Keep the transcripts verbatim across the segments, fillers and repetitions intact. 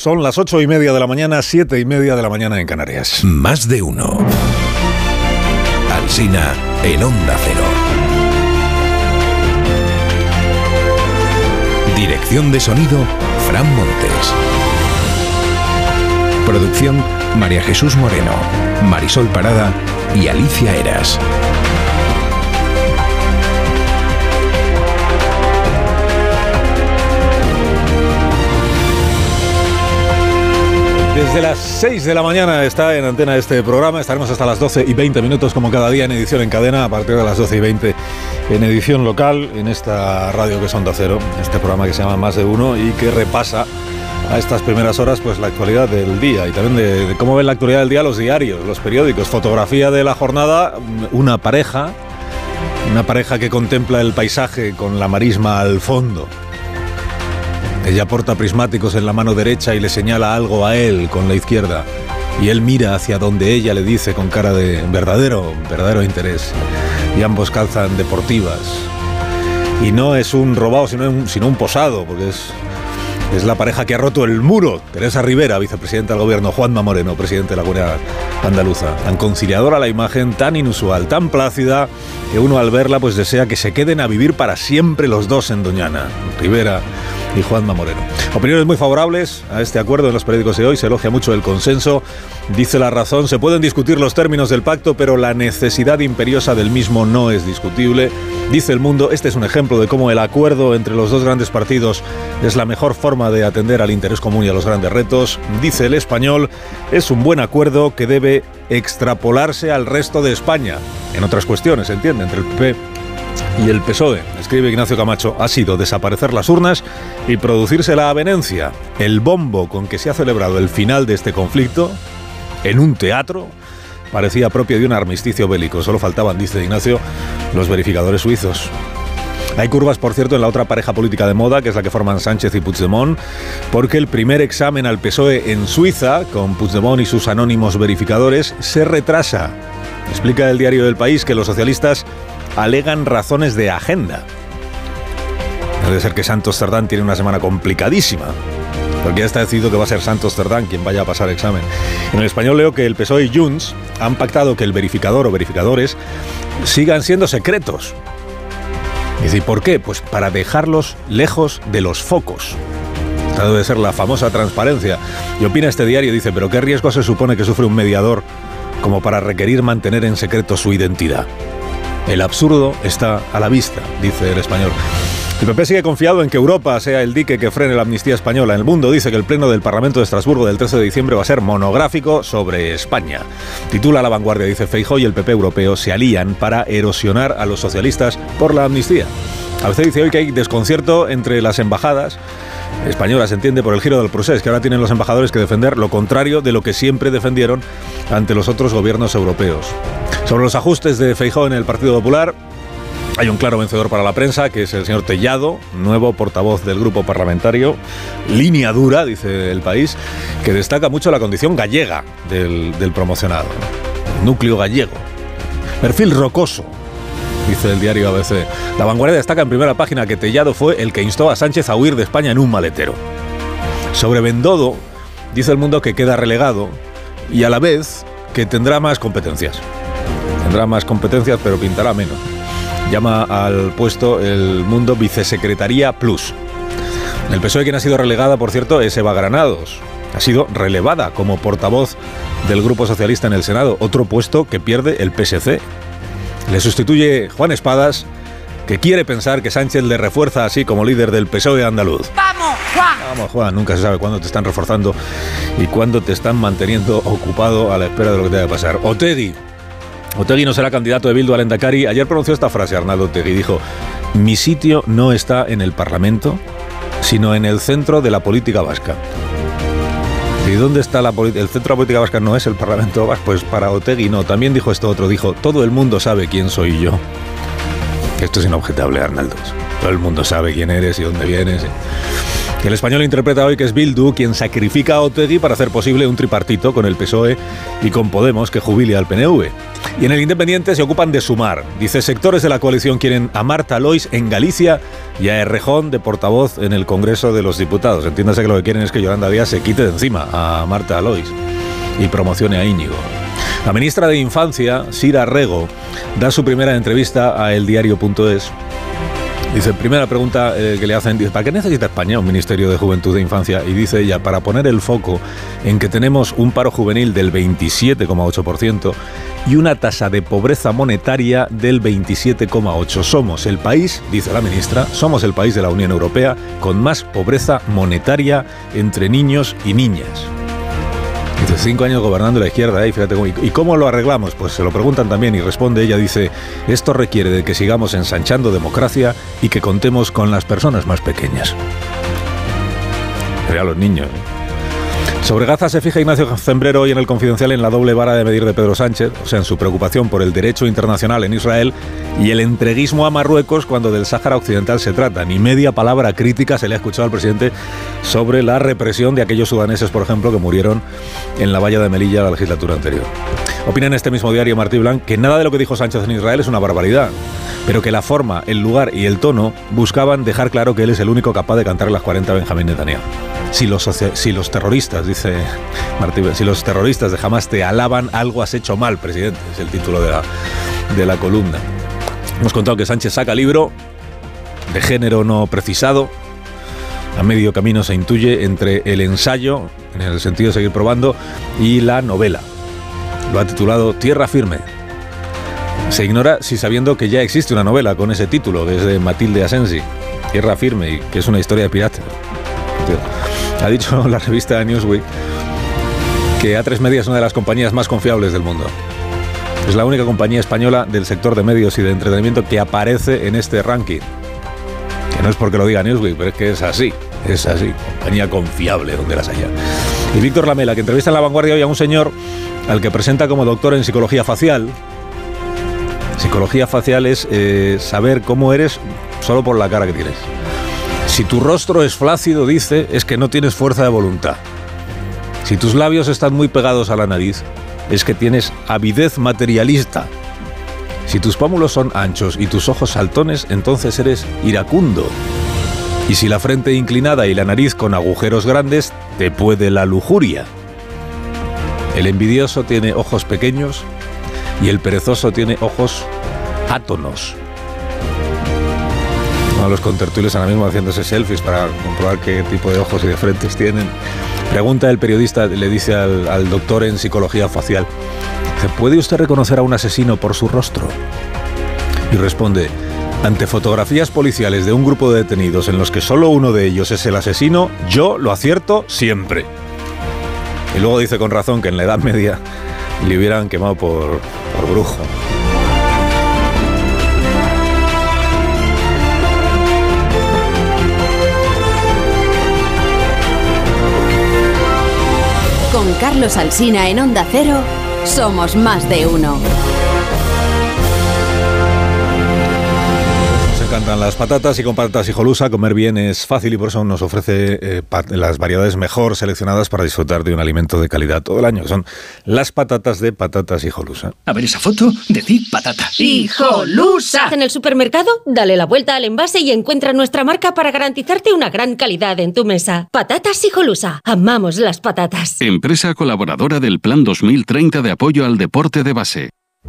Son las ocho y media de la mañana, siete y media de la mañana en Canarias. Más de uno. Alsina en Onda Cero. Dirección de sonido, Fran Montes. Producción, María Jesús Moreno, Marisol Parada y Alicia Eras. Desde las seis de la mañana está en antena este programa. Estaremos hasta las doce y veinte minutos como cada día en edición en cadena, a partir de las doce y veinte en edición local, en esta radio que es Onda Cero, este programa que se llama Más de Uno y que repasa a estas primeras horas pues la actualidad del día y también de, de cómo ven la actualidad del día los diarios, los periódicos, fotografía de la jornada, una pareja, una pareja que contempla el paisaje con la marisma al fondo. Ella porta prismáticos en la mano derecha y le señala algo a él con la izquierda. Y él mira hacia donde ella le dice con cara de verdadero, verdadero interés. Y ambos calzan deportivas. Y no es un robado, sino un, sino un posado, porque es, es la pareja que ha roto el muro. Teresa Rivera, vicepresidenta del gobierno, Juanma Moreno, presidente de la Comunidad Andaluza. Tan conciliadora la imagen, tan inusual, tan plácida, que uno al verla pues desea que se queden a vivir para siempre los dos en Doñana. Rivera y Juanma Moreno. Opiniones muy favorables a este acuerdo en los periódicos de hoy. Se elogia mucho el consenso. Dice La Razón, se pueden discutir los términos del pacto, pero la necesidad imperiosa del mismo no es discutible. Dice El Mundo, este es un ejemplo de cómo el acuerdo entre los dos grandes partidos es la mejor forma de atender al interés común y a los grandes retos. Dice El Español, es un buen acuerdo que debe extrapolarse al resto de España. En otras cuestiones, se entiende, entre el P P y el P S O E, escribe Ignacio Camacho, ha sido desaparecer las urnas y producirse la avenencia. El bombo con que se ha celebrado el final de este conflicto, en un teatro, parecía propio de un armisticio bélico. Solo faltaban, dice Ignacio, los verificadores suizos. Hay curvas, por cierto, en la otra pareja política de moda, que es la que forman Sánchez y Puigdemont, porque el primer examen al P S O E en Suiza, con Puigdemont y sus anónimos verificadores, se retrasa. Explica el diario El País que los socialistas alegan razones de agenda. Debe ser que Santos Cerdán tiene una semana complicadísima, porque ya está decidido que va a ser Santos Cerdán quien vaya a pasar examen. En El Español leo que el P S O E y Junts han pactado que el verificador o verificadores sigan siendo secretos. Y dice, ¿por qué? Pues para dejarlos lejos de los focos. Esta debe ser la famosa transparencia. Y opina este diario, dice, ¿pero qué riesgo se supone que sufre un mediador como para requerir mantener en secreto su identidad? El absurdo está a la vista, dice El Español. El P P sigue confiado en que Europa sea el dique que frene la amnistía española. El Mundo dice que el pleno del Parlamento de Estrasburgo del trece de diciembre va a ser monográfico sobre España. Titula La Vanguardia, dice Feijóo y el P P europeo se alían para erosionar a los socialistas por la amnistía. A veces dice hoy que hay desconcierto entre las embajadas españolas, se entiende, por el giro del procés, que ahora tienen los embajadores que defender lo contrario de lo que siempre defendieron ante los otros gobiernos europeos. Sobre los ajustes de Feijóo en el Partido Popular, hay un claro vencedor para la prensa, que es el señor Tellado, nuevo portavoz del grupo parlamentario. Línea dura, dice El País, que destaca mucho la condición gallega del, del promocionado. Núcleo gallego. Perfil rocoso, dice el diario A B C. La Vanguardia destaca en primera página que Tellado fue el que instó a Sánchez a huir de España en un maletero. Sobre Bendodo, dice El Mundo que queda relegado y a la vez que tendrá más competencias. Tendrá más competencias, pero pintará menos. Llama al puesto El Mundo Vicesecretaría Plus. El P S O E, quien ha sido relegada, por cierto, es Eva Granados. Ha sido relevada como portavoz del Grupo Socialista en el Senado, otro puesto que pierde el P S C. Le sustituye Juan Espadas, que quiere pensar que Sánchez le refuerza así como líder del P S O E andaluz. ¡Vamos, Juan! Vamos, Juan, nunca se sabe cuándo te están reforzando y cuándo te están manteniendo ocupado a la espera de lo que te vaya a pasar. Otegi. Otegi no será candidato de Bildu al Endacari. Ayer pronunció esta frase Arnaldo Otegi, dijo: mi sitio no está en el Parlamento, sino en el centro de la política vasca. ¿Y dónde está la política? El centro de la política vasca no es el Parlamento vasco, pues para Otegi no. También dijo esto otro, dijo: todo el mundo sabe quién soy yo. Esto es inobjetable, Arnaldo. Todo el mundo sabe quién eres y dónde vienes. El Español interpreta hoy que es Bildu quien sacrifica a Otegi para hacer posible un tripartito con el P S O E y con Podemos que jubile al P N V. Y en el Independiente se ocupan de sumar. Dice, sectores de la coalición quieren a Marta Lois en Galicia y a Errejón de portavoz en el Congreso de los Diputados. Entiéndase que lo que quieren es que Yolanda Díaz se quite de encima a Marta Lois y promocione a Íñigo. La ministra de Infancia, Sira Rego, da su primera entrevista a eldiario punto es. Dice, primera pregunta eh, que le hacen, dice, ¿para qué necesita España un Ministerio de Juventud e Infancia? Y dice ella, para poner el foco en que tenemos un paro juvenil del veintisiete coma ocho por ciento y una tasa de pobreza monetaria del veintisiete coma ocho por ciento. Somos el país, dice la ministra, somos el país de la Unión Europea con más pobreza monetaria entre niños y niñas. Dice, cinco años gobernando la izquierda, ¿eh? Fíjate cómo, ¿y cómo lo arreglamos? Pues se lo preguntan también y responde ella, dice, esto requiere de que sigamos ensanchando democracia y que contemos con las personas más pequeñas. Pero a los niños, ¿eh? Sobre Gaza se fija Ignacio Zembrero hoy en el Confidencial en la doble vara de medir de Pedro Sánchez, o sea, en su preocupación por el derecho internacional en Israel y el entreguismo a Marruecos cuando del Sáhara Occidental se trata. Ni media palabra crítica se le ha escuchado al presidente sobre la represión de aquellos sudaneses, por ejemplo, que murieron en la valla de Melilla la legislatura anterior. Opina en este mismo diario Martí Blanc que nada de lo que dijo Sánchez en Israel es una barbaridad, pero que la forma, el lugar y el tono buscaban dejar claro que él es el único capaz de cantar las cuarenta a Benjamín Netanyahu. Si los, si los terroristas, dice Martí, si los terroristas de Hamás te alaban, algo has hecho mal, presidente. Es el título de la, de la columna. Hemos contado que Sánchez saca libro de género no precisado. A medio camino se intuye entre el ensayo, en el sentido de seguir probando, y la novela. Lo ha titulado Tierra Firme. Se ignora si sabiendo que ya existe una novela con ese título, que es de Matilde Asensi, Tierra Firme, y que es una historia de piratas. Ha dicho la revista Newsweek que A tres Media es una de las compañías más confiables del mundo. Es la única compañía española del sector de medios y de entretenimiento que aparece en este ranking. Que no es porque lo diga Newsweek, pero es que es así, es así. Compañía confiable donde las haya. Y Víctor Lamela, que entrevista en La Vanguardia hoy a un señor al que presenta como doctor en psicología facial. Psicología facial es eh, saber cómo eres solo por la cara que tienes. Si tu rostro es flácido, dice, es que no tienes fuerza de voluntad. Si tus labios están muy pegados a la nariz, es que tienes avidez materialista. Si tus pómulos son anchos y tus ojos saltones, entonces eres iracundo. Y si la frente inclinada y la nariz con agujeros grandes, te puede la lujuria. El envidioso tiene ojos pequeños y el perezoso tiene ojos átonos. Los contertulios ahora mismo haciéndose selfies para comprobar qué tipo de ojos y de frentes tienen. Pregunta el periodista, le dice al, al doctor en psicología facial, ¿puede usted reconocer a un asesino por su rostro? Y responde, ante fotografías policiales de un grupo de detenidos en los que solo uno de ellos es el asesino, yo lo acierto siempre. Y luego dice con razón que en la Edad Media le hubieran quemado por, por brujo. Con Carlos Alsina en Onda Cero, somos más de uno. Nos encantan las patatas y con patatas Hijolusa comer bien es fácil y por eso nos ofrece eh, pat- las variedades mejor seleccionadas para disfrutar de un alimento de calidad todo el año. Son las patatas de Patatas Hijolusa. A ver esa foto, decid patata. ¡Hijolusa! En el supermercado, dale la vuelta al envase y encuentra nuestra marca para garantizarte una gran calidad en tu mesa. Patatas Hijolusa. Amamos las patatas. Empresa colaboradora del Plan dos mil treinta de apoyo al deporte de base.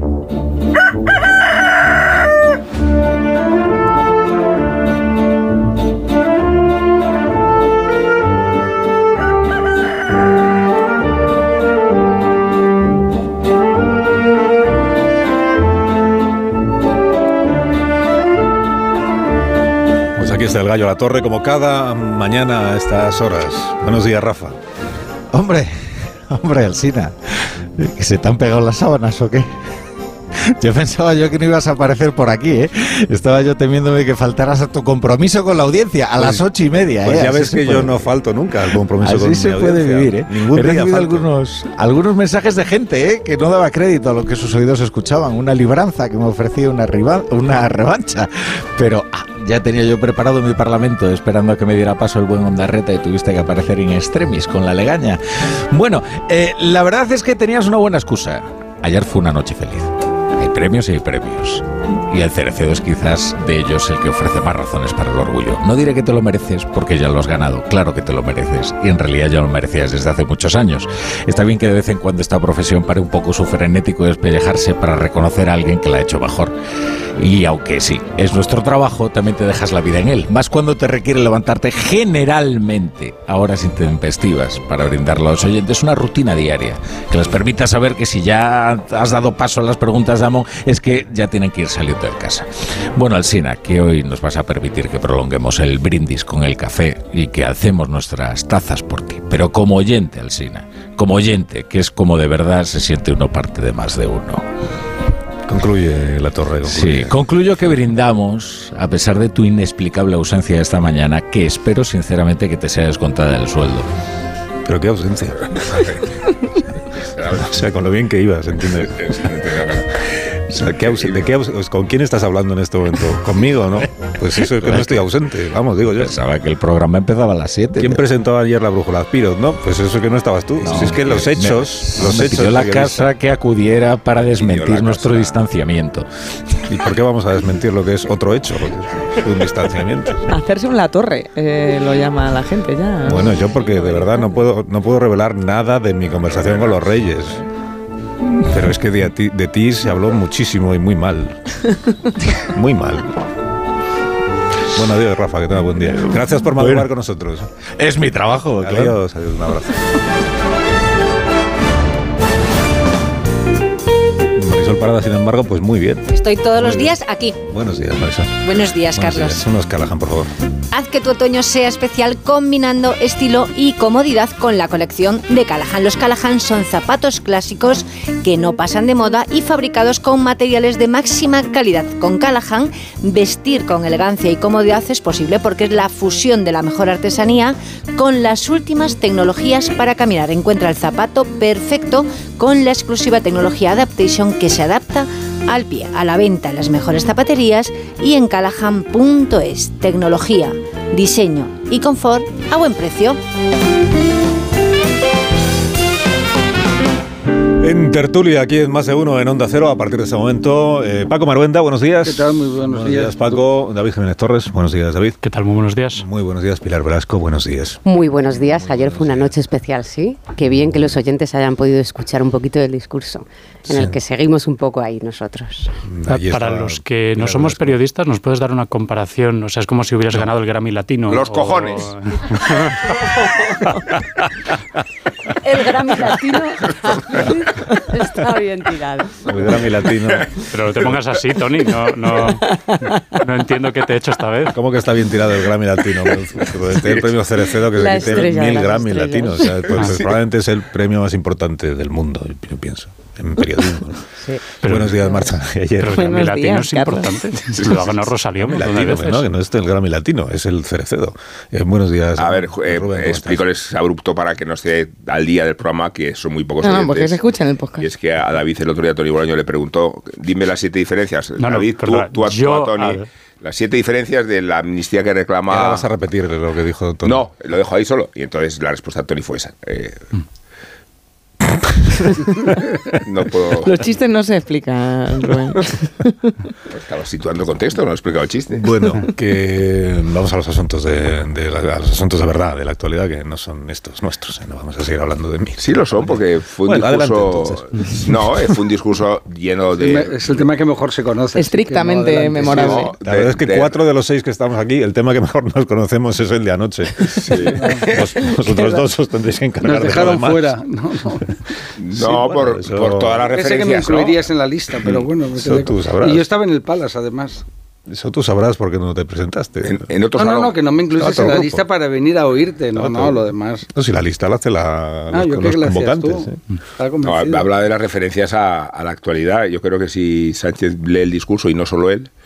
Aquí está el Gallo a la Torre, como cada mañana a estas horas. Buenos días, Rafa. Hombre, hombre, Alsina, ¿que se te han pegado las sábanas o qué? Yo pensaba yo que no ibas a aparecer por aquí, ¿eh? Estaba yo temiéndome que faltaras a tu compromiso con la audiencia a pues, las ocho y media, pues ¿eh? ya Así ves que puede. Yo no falto nunca al compromiso Así con mi se audiencia. puede vivir, ¿eh? Ningún He día recibido falto. algunos, algunos mensajes de gente, ¿eh? Que no daba crédito a lo que sus oídos escuchaban. Una libranza que me ofrecía una, rival, una revancha. Pero ah, ya tenía yo preparado mi parlamento esperando a que me diera paso el buen Ondarreta y tuviste que aparecer in extremis con la legaña. Bueno, eh, la verdad es que tenías una buena excusa. Ayer fue una noche feliz. Hay premios y hay premios. Y el Cerecedo es quizás de ellos el que ofrece más razones para el orgullo. No diré que te lo mereces porque ya lo has ganado. Claro que te lo mereces. Y en realidad ya lo merecías desde hace muchos años. Está bien que de vez en cuando esta profesión pare un poco su frenético despellejarse para reconocer a alguien que la ha hecho mejor. Y aunque sí, es nuestro trabajo, también te dejas la vida en él. Más cuando te requiere levantarte generalmente a horas intempestivas para brindarle a los oyentes una rutina diaria que les permita saber que si ya has dado paso a las preguntas de Amón es que ya tienen que ir saliendo de casa. Bueno, Alsina, que hoy nos vas a permitir que prolonguemos el brindis con el café y que alcemos nuestras tazas por ti. Pero como oyente, Alsina, como oyente, que es como de verdad se siente uno parte de más de uno. Concluye la torre. Concluye. Sí, concluyo que brindamos, a pesar de tu inexplicable ausencia esta mañana, que espero sinceramente que te sea descontada del sueldo. Pero qué ausencia. O sea, con lo bien que ibas, ¿entiendes? O sea, ¿qué aus- ¿de qué aus- ¿con quién estás hablando en este momento? ¿Conmigo, no? Pues eso es que no estoy ausente, vamos, digo yo. Pensaba que el programa empezaba a las siete. ¿Quién presentó ayer la brújula Aspiros? No, pues eso es que no estabas tú. No, si es que los hechos, me, los me hechos... pidió la casa que acudiera para desmentir nuestro casa. distanciamiento. ¿Y por qué vamos a desmentir lo que es otro hecho? Un distanciamiento. Hacerse un la torre, eh, lo llama la gente ya. Bueno, yo porque de verdad no puedo, no puedo revelar nada de mi conversación con los reyes. Pero es que de ti, de ti se habló muchísimo y muy mal. Muy mal. Bueno, adiós, Rafa, que tenga buen día. Gracias por madrugar bueno, con nosotros. Es mi trabajo. Adiós, claro. adiós, un abrazo. Marisol Parada, sin embargo, pues muy bien. Estoy todos muy los bien. días aquí. Buenos días, Marisol. Buenos días, Buenos Carlos. Días. Unos Callahan, por favor. Haz que tu otoño sea especial combinando estilo y comodidad con la colección de Callahan. Los Callahan son zapatos clásicos que no pasan de moda y fabricados con materiales de máxima calidad. Con Callahan, vestir con elegancia y comodidad es posible porque es la fusión de la mejor artesanía con las últimas tecnologías para caminar. Encuentra el zapato perfecto con la exclusiva tecnología Adaptation que se adapta al pie. A la venta en las mejores zapaterías y en callahan punto es. Tecnología, diseño y confort a buen precio. En tertulia, aquí en Más de Uno, en Onda Cero, a partir de este momento. Eh, Paco Maruenda, buenos días. ¿Qué tal? Muy buenos, buenos días. días, Paco. David Jiménez Torres, buenos días, David. ¿Qué tal? Muy buenos días. Muy buenos días, Pilar Velasco, buenos días. Muy buenos días. Ayer fue una noche especial, ¿sí? Qué bien que los oyentes hayan podido escuchar un poquito del discurso, en sí. el que seguimos un poco ahí nosotros. Ahí Para los que no somos periodistas, ¿nos puedes dar una comparación? O sea, es como si hubieras no. ganado el Grammy Latino. Los o... cojones. El Grammy Latino está bien tirado. El Grammy Latino. Pero no te pongas así, Tony. No, no, no entiendo qué te he hecho esta vez. ¿Cómo que está bien tirado el Grammy Latino? Este el premio Cerecedo que la se quite mil Grammy estrellas. Latinos. O sea, pues, pues, probablemente es el premio más importante del mundo, yo pienso. En periodismo. Sí. Pero, buenos días, Marta. Ayer. Pero el Grammy Latino días, es importante. Lo ha ganado Rosalía. Latino, no, que no es el Grammy Latino, es el Cerecedo. Eh, buenos días. A ver, eh, explícoles abrupto para que no esté al día del programa, que son muy pocos No, oyentes. no, porque se escucha en el podcast. Y es que a David el otro día, Tony Bolaño, le preguntó, dime las siete diferencias. No, David, no, perdona, tú, tú, yo, tú a Tony... Las siete diferencias de la amnistía que reclama... ¿Ahora vas a repetir lo que dijo Tony? No, lo dejo ahí solo. Y entonces la respuesta de Tony fue esa. Eh, mm. No puedo... Los chistes no se explican, Rubén. Estaba situando contexto, no he explicado el chiste. Bueno, que vamos a los asuntos de, de la, a los asuntos de verdad, de la actualidad, que no son estos nuestros. ¿eh? No vamos a seguir hablando de mí. Sí lo son, porque fue un bueno, discurso... Adelante, no, fue un discurso lleno de... Es el tema que mejor se conoce. Estrictamente no, memorable. No, la verdad es que de, cuatro de los seis que estamos aquí, el tema que mejor nos conocemos es el de anoche. Sí. Vos, vosotros dos os tendréis que encargar nos dejaron de todo fuera. No, no. No, sí, bueno, por, eso... por todas las referencias. Pensé que me incluirías ¿no? en la lista, pero bueno. Me eso tú sabrás. Y yo estaba en el Palace, además. Eso tú sabrás porque no te presentaste. En, en otro no, salón. no, no, que no me incluyes en la grupo. lista para venir a oírte. No, no, lo demás. No, si la lista la hace la, ah, los, los convocantes. ¿eh? No, habla de las referencias a, a la actualidad. Yo creo que si Sánchez lee el discurso, y no solo él,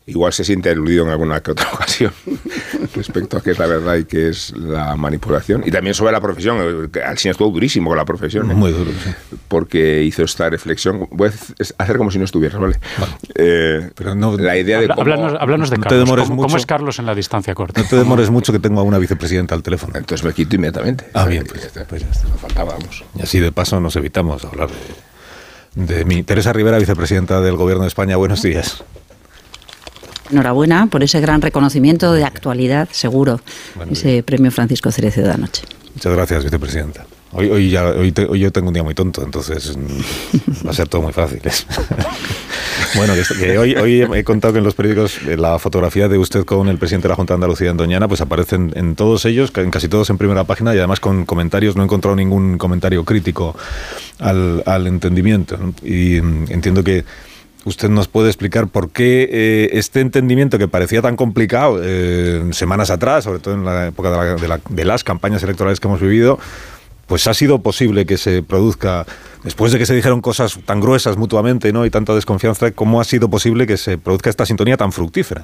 igual se siente eludido en alguna que otra ocasión respecto a qué es la verdad y qué es la manipulación. Y también sobre la profesión. Alsina estuvo durísimo con la profesión. ¿eh? Muy duro, sí. Porque hizo esta reflexión. Voy a hacer como si no estuvieras, ¿vale? Vale. Eh, Pero no, la idea de cómo... Háblanos, háblanos de no Carlos. te demores ¿Cómo, mucho. ¿Cómo es Carlos en la distancia corta? No te demores mucho, que tengo a una vicepresidenta al teléfono. Entonces me quito inmediatamente. Ah, bien, pues ya está. Pues ya está. No faltaba, vamos. Y así de paso nos evitamos hablar de, de mí. Teresa Rivera, vicepresidenta del Gobierno de España, buenos días. Enhorabuena por ese gran reconocimiento de actualidad, seguro, Bueno, ese bien. premio Francisco Cerezo de anoche. Muchas gracias, vicepresidenta. Hoy, hoy, ya, hoy, te, hoy yo tengo un día muy tonto, entonces mm, va a ser todo muy fácil. Bueno, que, que hoy, hoy he contado que en los periódicos eh, la fotografía de usted con el presidente de la Junta de Andalucía en Doñana, pues aparecen en todos ellos, en casi todos en primera página, y además con comentarios. No he encontrado ningún comentario crítico al, al entendimiento, ¿no? Y mm, entiendo que usted nos puede explicar por qué eh, este entendimiento, que parecía tan complicado eh, semanas atrás, sobre todo en la época de, la, de, la, de las campañas electorales que hemos vivido, pues ha sido posible que se produzca, después de que se dijeron cosas tan gruesas mutuamente, ¿no?, y tanta desconfianza, ¿cómo ha sido posible que se produzca esta sintonía tan fructífera?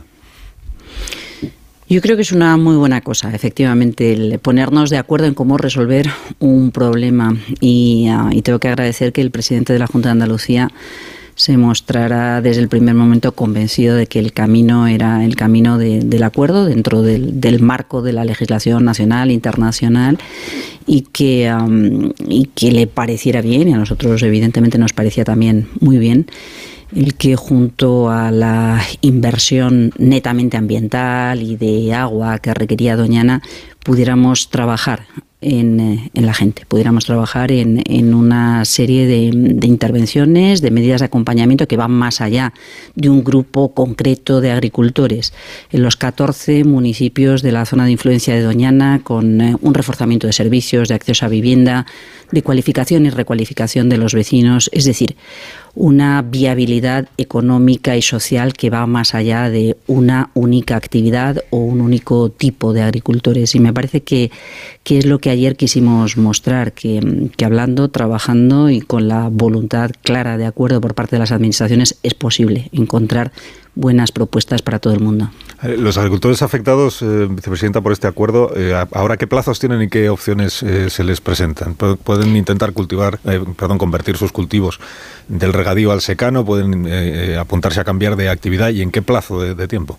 Yo creo que es una muy buena cosa, efectivamente, el ponernos de acuerdo en cómo resolver un problema. Y, uh, y tengo que agradecer que el presidente de la Junta de Andalucía se mostrara desde el primer momento convencido de que el camino era el camino de, del acuerdo dentro del, del marco de la legislación nacional e internacional, y que, um, y que le pareciera bien, y a nosotros evidentemente nos parecía también muy bien, el que junto a la inversión netamente ambiental y de agua que requería Doñana pudiéramos trabajar en, en la gente, pudiéramos trabajar en, en una serie de, de intervenciones, de medidas de acompañamiento que van más allá de un grupo concreto de agricultores. En los catorce municipios de la zona de influencia de Doñana, con eh, un reforzamiento de servicios, de acceso a vivienda, de cualificación y recualificación de los vecinos, es decir, una viabilidad económica y social que va más allá de una única actividad o un único tipo de agricultores. Y me parece que, que es lo que ayer quisimos mostrar, que, que hablando, trabajando y con la voluntad clara de acuerdo por parte de las administraciones es posible encontrar buenas propuestas para todo el mundo. Los agricultores afectados, eh, vicepresidenta, por este acuerdo, eh, ¿ahora qué plazos tienen y qué opciones eh, se les presentan? ¿Pueden intentar cultivar, eh, perdón, convertir sus cultivos del regadío al secano? ¿Pueden eh, apuntarse a cambiar de actividad? ¿Y en qué plazo de, de tiempo?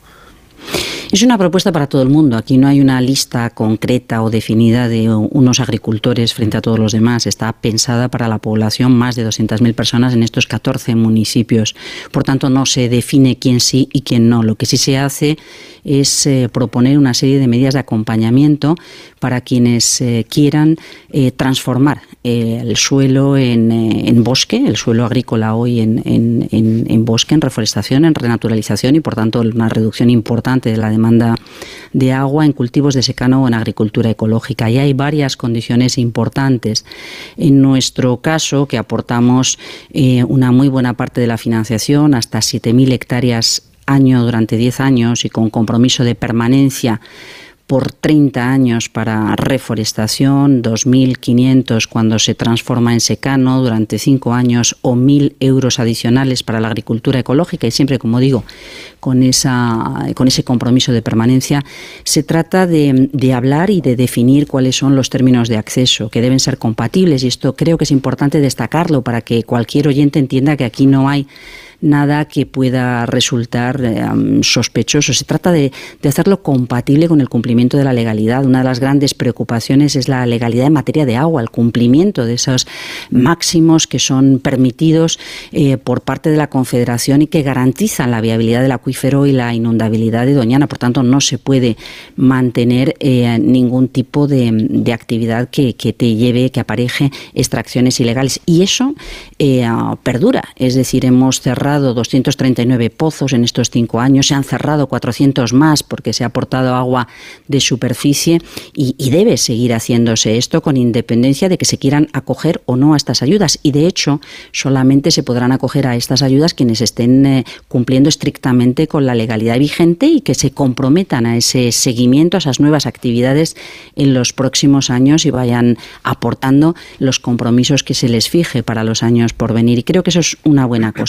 Es una propuesta para todo el mundo. Aquí no hay una lista concreta o definida de unos agricultores frente a todos los demás. Está pensada para la población, más de doscientas mil personas en estos catorce municipios. Por tanto, no se define quién sí y quién no. Lo que sí se hace es eh, proponer una serie de medidas de acompañamiento para quienes eh, quieran eh, transformar eh, el suelo en, eh, en bosque, el suelo agrícola hoy en, en, en, en bosque, en reforestación, en renaturalización y, por tanto, una reducción importante de la demanda de agua en cultivos de secano o en agricultura ecológica. Y hay varias condiciones importantes. En nuestro caso, que aportamos eh, una muy buena parte de la financiación, hasta siete mil hectáreas año durante diez años y con compromiso de permanencia por treinta años para reforestación, dos mil quinientos cuando se transforma en secano durante cinco años o mil euros adicionales para la agricultura ecológica, y siempre, como digo, con esa con ese compromiso de permanencia. Se trata de, de hablar y de definir cuáles son los términos de acceso, que deben ser compatibles, y esto creo que es importante destacarlo para que cualquier oyente entienda que aquí no hay nada que pueda resultar eh, sospechoso. Se trata de, de hacerlo compatible con el cumplimiento de la legalidad. Una de las grandes preocupaciones es la legalidad en materia de agua, el cumplimiento de esos máximos que son permitidos eh, por parte de la Confederación y que garantizan la viabilidad del acuífero y la inundabilidad de Doñana. Por tanto, no se puede mantener eh, ningún tipo de, de actividad que, que te lleve, que apareje extracciones ilegales. Y eso eh, perdura. Es decir, hemos cerrado doscientos treinta y nueve pozos en estos cinco años, se han cerrado cuatrocientos más porque se ha aportado agua de superficie, y, y debe seguir haciéndose esto con independencia de que se quieran acoger o no a estas ayudas. Y de hecho, solamente se podrán acoger a estas ayudas quienes estén eh, cumpliendo estrictamente con la legalidad vigente y que se comprometan a ese seguimiento, a esas nuevas actividades en los próximos años y vayan aportando los compromisos que se les fije para los años por venir. Y creo que eso es una buena cosa. Ahora toca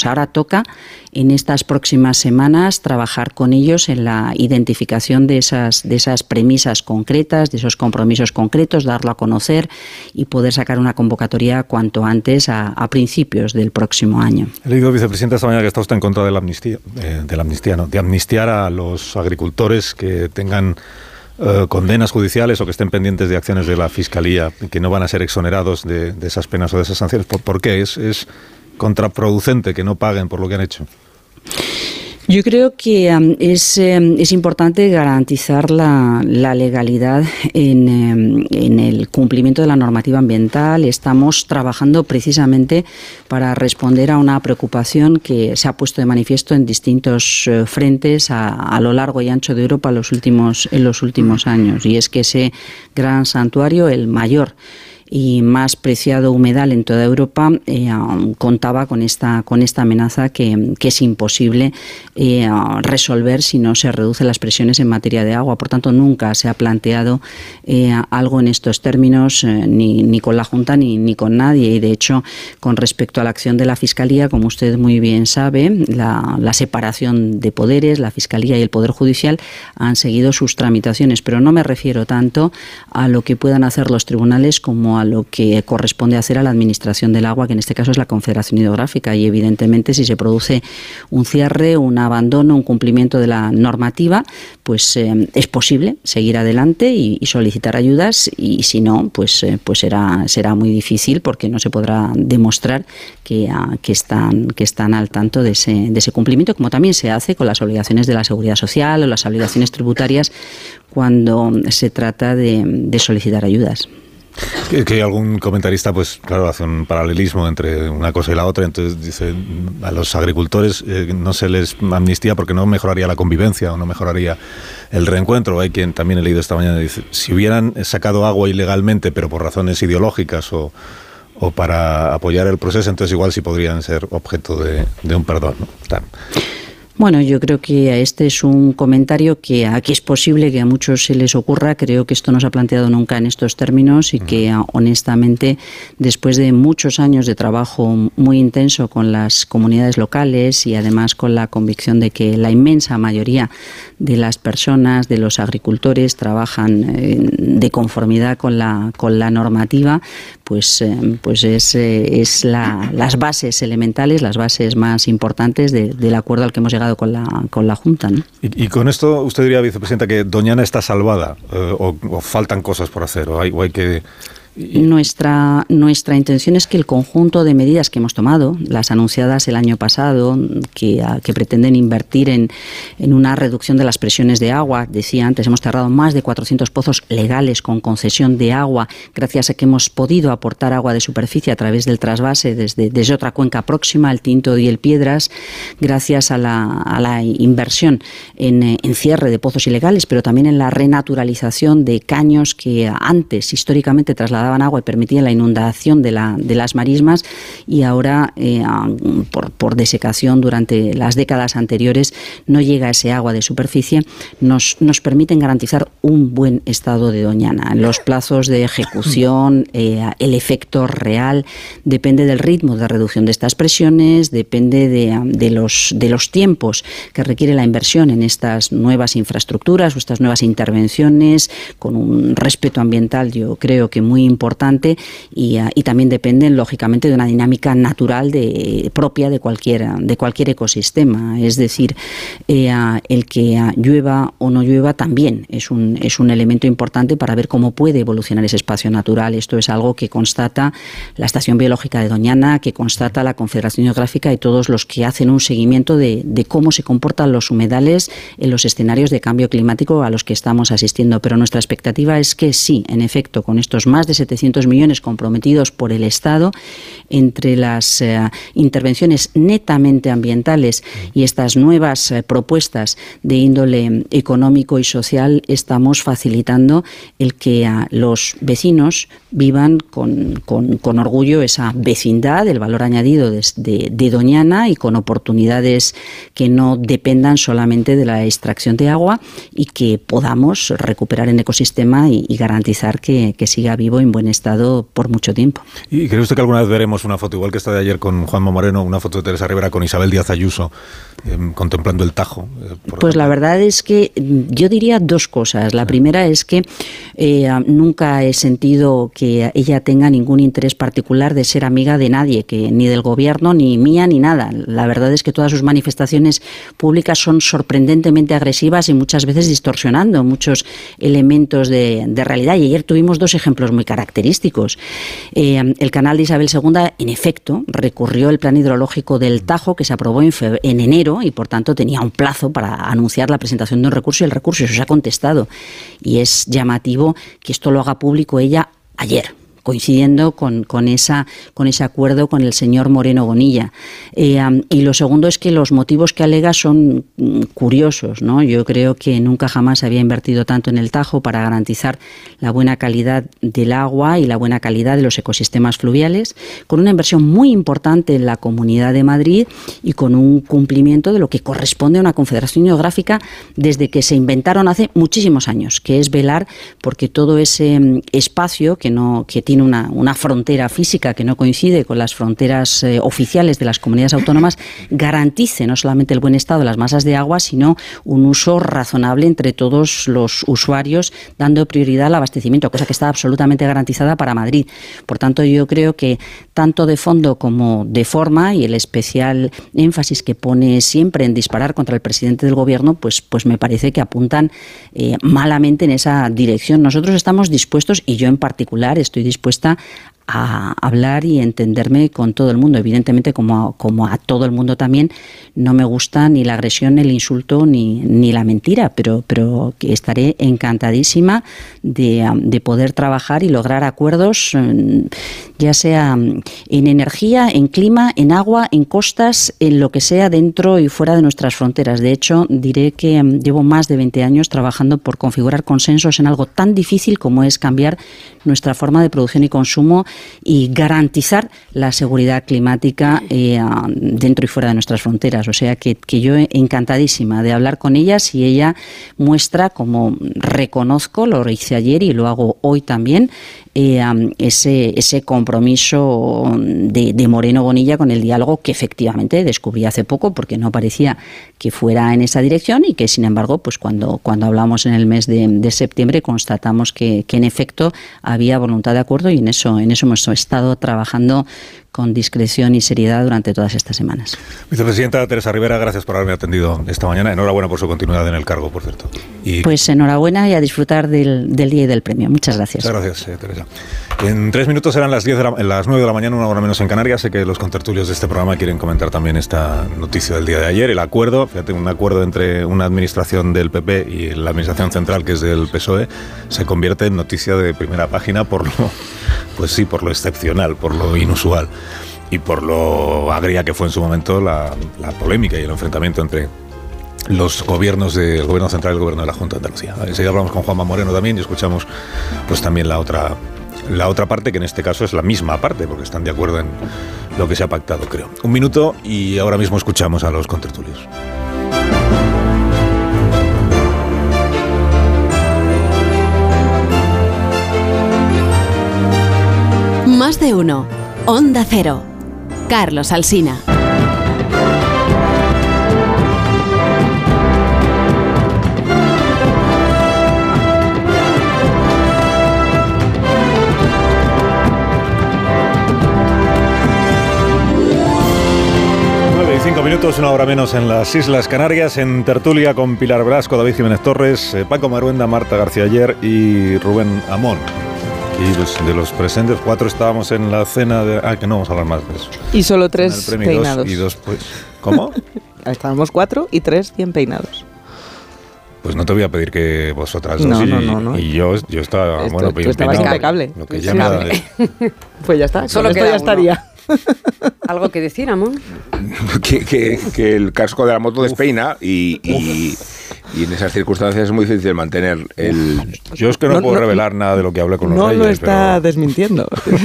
toca en estas próximas semanas trabajar con ellos en la identificación de esas, de esas premisas concretas, de esos compromisos concretos, darlo a conocer y poder sacar una convocatoria cuanto antes a, a principios del próximo año. He leído, vicepresidenta, esta mañana que está usted en contra de la amnistía, eh, de la amnistía, ¿no? De amnistiar a los agricultores que tengan eh, condenas judiciales o que estén pendientes de acciones de la Fiscalía, que no van a ser exonerados de, de esas penas o de esas sanciones. ¿Por, por qué? ¿Es, es contraproducente que no paguen por lo que han hecho? Yo creo que um, es, um, es importante garantizar la, la legalidad en, um, en el cumplimiento de la normativa ambiental. Estamos trabajando precisamente para responder a una preocupación que se ha puesto de manifiesto en distintos uh, frentes a, a lo largo y ancho de Europa los últimos, en los últimos años. Y es que ese gran santuario, el mayor y más preciado humedal en toda Europa, eh, contaba con esta con esta amenaza que, que es imposible eh, resolver si no se reducen las presiones en materia de agua. Por tanto, nunca se ha planteado eh, algo en estos términos, eh, ni, ni con la Junta ni, ni con nadie. Y de hecho, con respecto a la acción de la Fiscalía, como usted muy bien sabe, la, la separación de poderes, la Fiscalía y el Poder Judicial han seguido sus tramitaciones, pero no me refiero tanto a lo que puedan hacer los tribunales como a lo que corresponde hacer a la Administración del Agua, que en este caso es la Confederación Hidrográfica. Y evidentemente, si se produce un cierre, un abandono, un cumplimiento de la normativa, pues eh, es posible seguir adelante y, y solicitar ayudas, y si no, pues, eh, pues será, será muy difícil, porque no se podrá demostrar que, uh, que, están, que están al tanto de ese, de ese cumplimiento, como también se hace con las obligaciones de la Seguridad Social o las obligaciones tributarias cuando se trata de, de solicitar ayudas. Que, que algún comentarista, pues claro, hace un paralelismo entre una cosa y la otra. Entonces dice, a los agricultores eh, no se les amnistía porque no mejoraría la convivencia o no mejoraría el reencuentro. Hay quien también he leído esta mañana, dice, si hubieran sacado agua ilegalmente, pero por razones ideológicas o, o para apoyar el proceso, entonces igual sí podrían ser objeto de, de un perdón, ¿no? Está. Bueno, yo creo que este es un comentario que aquí es posible que a muchos se les ocurra. Creo que esto no se ha planteado nunca en estos términos y que, honestamente, después de muchos años de trabajo muy intenso con las comunidades locales y además con la convicción de que la inmensa mayoría de las personas, de los agricultores, trabajan de conformidad con la, con la normativa, pues, pues es, es la, las bases elementales, las bases más importantes de, del acuerdo al que hemos llegado con la, con la Junta, ¿no? Y, y con esto usted diría, vicepresidenta, que Doñana está salvada, eh, o, o faltan cosas por hacer, o hay, o hay que... Nuestra, nuestra intención es que el conjunto de medidas que hemos tomado, las anunciadas el año pasado, que, que pretenden invertir en, en una reducción de las presiones de agua, decía antes, hemos cerrado más de cuatrocientos pozos legales con concesión de agua, gracias a que hemos podido aportar agua de superficie a través del trasvase desde, desde otra cuenca próxima, el Tinto y el Piedras, gracias a la, a la inversión en, en cierre de pozos ilegales, pero también en la renaturalización de caños que antes, históricamente, trasladaban agua y permitían la inundación de, la, de las marismas, y ahora eh, por, por desecación durante las décadas anteriores no llega ese agua de superficie. Nos, nos permiten garantizar un buen estado de Doñana. Los plazos de ejecución, eh, el efecto real, depende del ritmo de reducción de estas presiones, depende de, de, los, de los tiempos que requiere la inversión en estas nuevas infraestructuras o estas nuevas intervenciones, con un respeto ambiental, yo creo que muy importante. importante y, y también dependen, lógicamente, de una dinámica natural de, propia de cualquier, de cualquier ecosistema. Es decir, eh, el que llueva o no llueva también es un, es un elemento importante para ver cómo puede evolucionar ese espacio natural. Esto es algo que constata la Estación Biológica de Doñana, que constata la Confederación Hidrográfica y todos los que hacen un seguimiento de, de cómo se comportan los humedales en los escenarios de cambio climático a los que estamos asistiendo. Pero nuestra expectativa es que sí, en efecto, con estos más de setecientos millones comprometidos por el Estado, entre las eh, intervenciones netamente ambientales y estas nuevas eh, propuestas de índole económico y social, estamos facilitando el que eh, los vecinos vivan con, con, con orgullo esa vecindad, el valor añadido de, de, de Doñana, y con oportunidades que no dependan solamente de la extracción de agua, y que podamos recuperar el ecosistema y, y garantizar que, que siga vivo y en buen estado por mucho tiempo. ¿Y cree usted que alguna vez veremos una foto, igual que esta de ayer con Juanma Moreno, una foto de Teresa Rivera con Isabel Díaz Ayuso, eh, contemplando el Tajo? Eh, pues la verdad es que yo diría dos cosas. La primera es que eh, nunca he sentido que ella tenga ningún interés particular de ser amiga de nadie, que ni del gobierno, ni mía, ni nada. La verdad es que todas sus manifestaciones públicas son sorprendentemente agresivas y muchas veces distorsionando muchos elementos de, de realidad. Y ayer tuvimos dos ejemplos muy característicos. Eh, el canal de Isabel segunda, en efecto, recurrió el plan hidrológico del Tajo, que se aprobó en, febrero, en enero, y por tanto tenía un plazo para anunciar la presentación de un recurso, y el recurso se ha contestado. Y es llamativo que esto lo haga público ella ayer, coincidiendo con, con, esa, con ese acuerdo con el señor Moreno Bonilla. Eh, um, y lo segundo es que los motivos que alega son mm, curiosos, ¿no? Yo creo que nunca jamás se había invertido tanto en el Tajo para garantizar la buena calidad del agua y la buena calidad de los ecosistemas fluviales, con una inversión muy importante en la Comunidad de Madrid y con un cumplimiento de lo que corresponde a una confederación hidrográfica desde que se inventaron hace muchísimos años, que es velar porque todo ese mm, espacio que, no, que tiene Una, una frontera física que no coincide con las fronteras eh, oficiales de las comunidades autónomas, garantice no solamente el buen estado de las masas de agua, sino un uso razonable entre todos los usuarios, dando prioridad al abastecimiento, cosa que está absolutamente garantizada para Madrid. Por tanto, yo creo que tanto de fondo como de forma, y el especial énfasis que pone siempre en disparar contra el presidente del gobierno, pues, pues me parece que apuntan eh, malamente en esa dirección. Nosotros estamos dispuestos, y yo en particular estoy dispuesta a hablar y entenderme con todo el mundo. Evidentemente, como a, como a todo el mundo también, no me gusta ni la agresión, ni el insulto, ni, ni la mentira, pero, pero que estaré encantadísima de, de poder trabajar y lograr acuerdos, ya sea en energía, en clima, en agua, en costas, en lo que sea dentro y fuera de nuestras fronteras. De hecho, diré que llevo más de veinte años trabajando por configurar consensos en algo tan difícil como es cambiar nuestra forma de producción y consumo y garantizar la seguridad climática eh, dentro y fuera de nuestras fronteras. O sea que, que yo encantadísima de hablar con ella si ella muestra, como reconozco, lo hice ayer y lo hago hoy también, eh, ese, ese compromiso de, de Moreno Bonilla con el diálogo que efectivamente descubrí hace poco, porque no parecía que fuera en esa dirección, y que sin embargo, pues cuando, cuando hablamos en el mes de, de septiembre constatamos que, que en efecto había voluntad de acuerdo, y en eso, en eso hemos estado trabajando con discreción y seriedad durante todas estas semanas. Vicepresidenta Teresa Rivera, gracias por haberme atendido esta mañana. Enhorabuena por su continuidad en el cargo, por cierto. Y pues enhorabuena y a disfrutar del, del día y del premio. Muchas gracias. Muchas gracias, eh, Teresa. En tres minutos serán las, diez de la, las nueve de la mañana, una hora menos en Canarias. Sé que los contertulios de este programa quieren comentar también esta noticia del día de ayer, el acuerdo, fíjate, un acuerdo entre una administración del P P y la administración central, que es del P S O E, se convierte en noticia de primera página por lo, pues sí, por lo excepcional, por lo inusual y por lo agria que fue en su momento la, la polémica y el enfrentamiento entre los gobiernos del gobierno central y el gobierno de la Junta de Andalucía. Enseguida hablamos con Juanma Moreno también y escuchamos pues también la otra, la otra parte, que en este caso es la misma parte, porque están de acuerdo en lo que se ha pactado, creo. Un minuto y ahora mismo escuchamos a los contertulios. Más de uno. Onda Cero. Carlos Alsina. nueve y cinco minutos, una hora menos en las Islas Canarias, en tertulia con Pilar Blasco, David Jiménez Torres, Paco Maruenda, Marta García Ayer y Rubén Amón. Y pues, de los presentes, cuatro estábamos en la cena de... Ah, que no vamos a hablar más de eso. Y solo tres peinados. Y dos, y dos, pues... ¿Cómo? Estábamos cuatro y tres bien peinados. Pues no te voy a pedir que vosotras dos no, y, no, no, no. y yo, yo estaba... Esto, bueno, tú estabas impecable. Lo que ya me da de... Pues ya está, solo esto ya estaría. ¿Algo que decir, Amón? que, que, que el casco de la moto despeina y, y, y en esas circunstancias es muy difícil mantener el... Yo es que no, no puedo no, revelar nada de lo que hablé con los no reyes. No lo está pero... desmintiendo.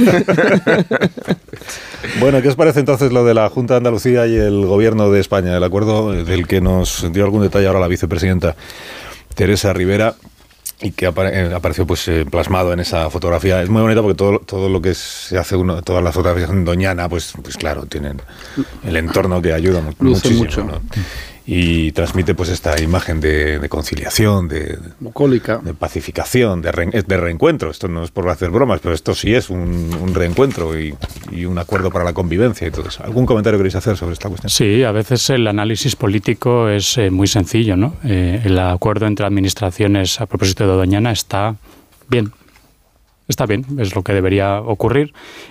Bueno, ¿qué os parece entonces lo de la Junta de Andalucía y el Gobierno de España? El acuerdo del que nos dio algún detalle ahora la vicepresidenta Teresa Rivera. y que apareció pues eh, plasmado en esa fotografía. Es muy bonito porque todo, todo lo que se hace, uno, todas las fotografías en Doñana, pues, pues claro, tienen el entorno que ayuda muchísimo, mucho. ¿no? Y transmite pues esta imagen de, de conciliación, de, bucólica, de pacificación, de, re, de reencuentro. Esto no es por hacer bromas, pero esto sí es un, un reencuentro y, y un acuerdo para la convivencia y todo eso. ¿Algún comentario queréis hacer sobre esta cuestión? Sí, a veces el análisis político es eh, muy sencillo, ¿no? Eh, el acuerdo entre administraciones a propósito de Doñana está bien. Está bien, es lo que debería ocurrir.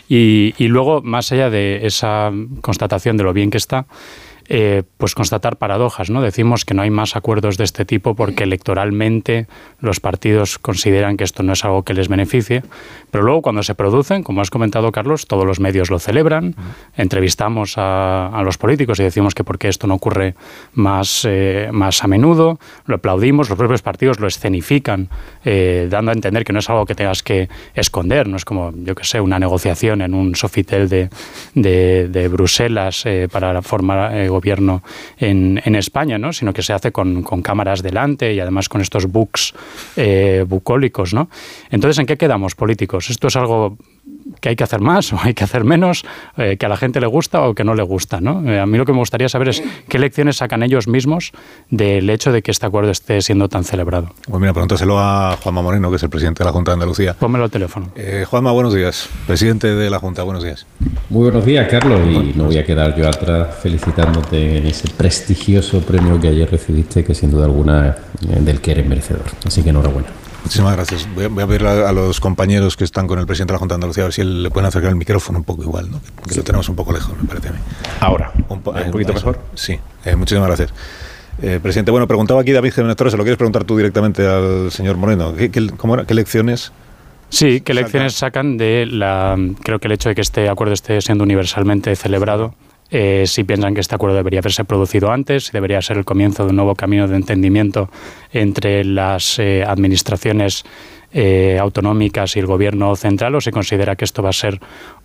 Y, y luego, más allá de esa constatación de lo bien que está, Eh, pues constatar paradojas, ¿no? Decimos que no hay más acuerdos de este tipo porque electoralmente los partidos consideran que esto no es algo que les beneficie, pero luego cuando se producen, como has comentado, Carlos, todos los medios lo celebran, entrevistamos a, a los políticos y decimos que por qué esto no ocurre más, eh, más a menudo, lo aplaudimos, los propios partidos lo escenifican, eh, dando a entender que no es algo que tengas que esconder, no es como, yo qué sé, una negociación en un Sofitel de, de, de Bruselas eh, para formar eh, gobierno en, en España, ¿no? Sino que se hace con, con cámaras delante y además con estos books eh, bucólicos, ¿no? Entonces, ¿en qué quedamos, políticos? ¿Esto es algo que hay que hacer más o hay que hacer menos, eh, que a la gente le gusta o que no le gusta, ¿no? Eh, a mí lo que me gustaría saber es qué lecciones sacan ellos mismos del hecho de que este acuerdo esté siendo tan celebrado. Pues mira, pregúntaselo a Juanma Moreno, que es el presidente de la Junta de Andalucía. Pónmelo al teléfono. Eh, Juanma, buenos días. Presidente de la Junta, buenos días. Muy buenos días, Carlos, y no voy a quedar yo atrás felicitándote en ese prestigioso premio que ayer recibiste, que sin duda alguna del que eres merecedor. Así que enhorabuena. Muchísimas gracias. Voy a, voy a pedirle a, a los compañeros que están con el presidente de la Junta de Andalucía a ver si le pueden acercar el micrófono un poco igual, ¿no? Que sí. Lo tenemos un poco lejos, me parece a mí. Ahora, un, po ¿un poquito mejor? Sí, eh, muchísimas gracias. Eh, presidente, bueno, preguntaba aquí David Jiménez Torres, ¿se lo quieres preguntar tú directamente al señor Moreno? ¿Qué, qué, cómo era? ¿Qué lecciones? Sí, ¿qué lecciones sacan de la... Creo que el hecho de que este acuerdo esté siendo universalmente celebrado, eh, si piensan que este acuerdo debería haberse producido antes, si debería ser el comienzo de un nuevo camino de entendimiento entre las eh, administraciones eh, autonómicas y el gobierno central, o se considera que esto va a ser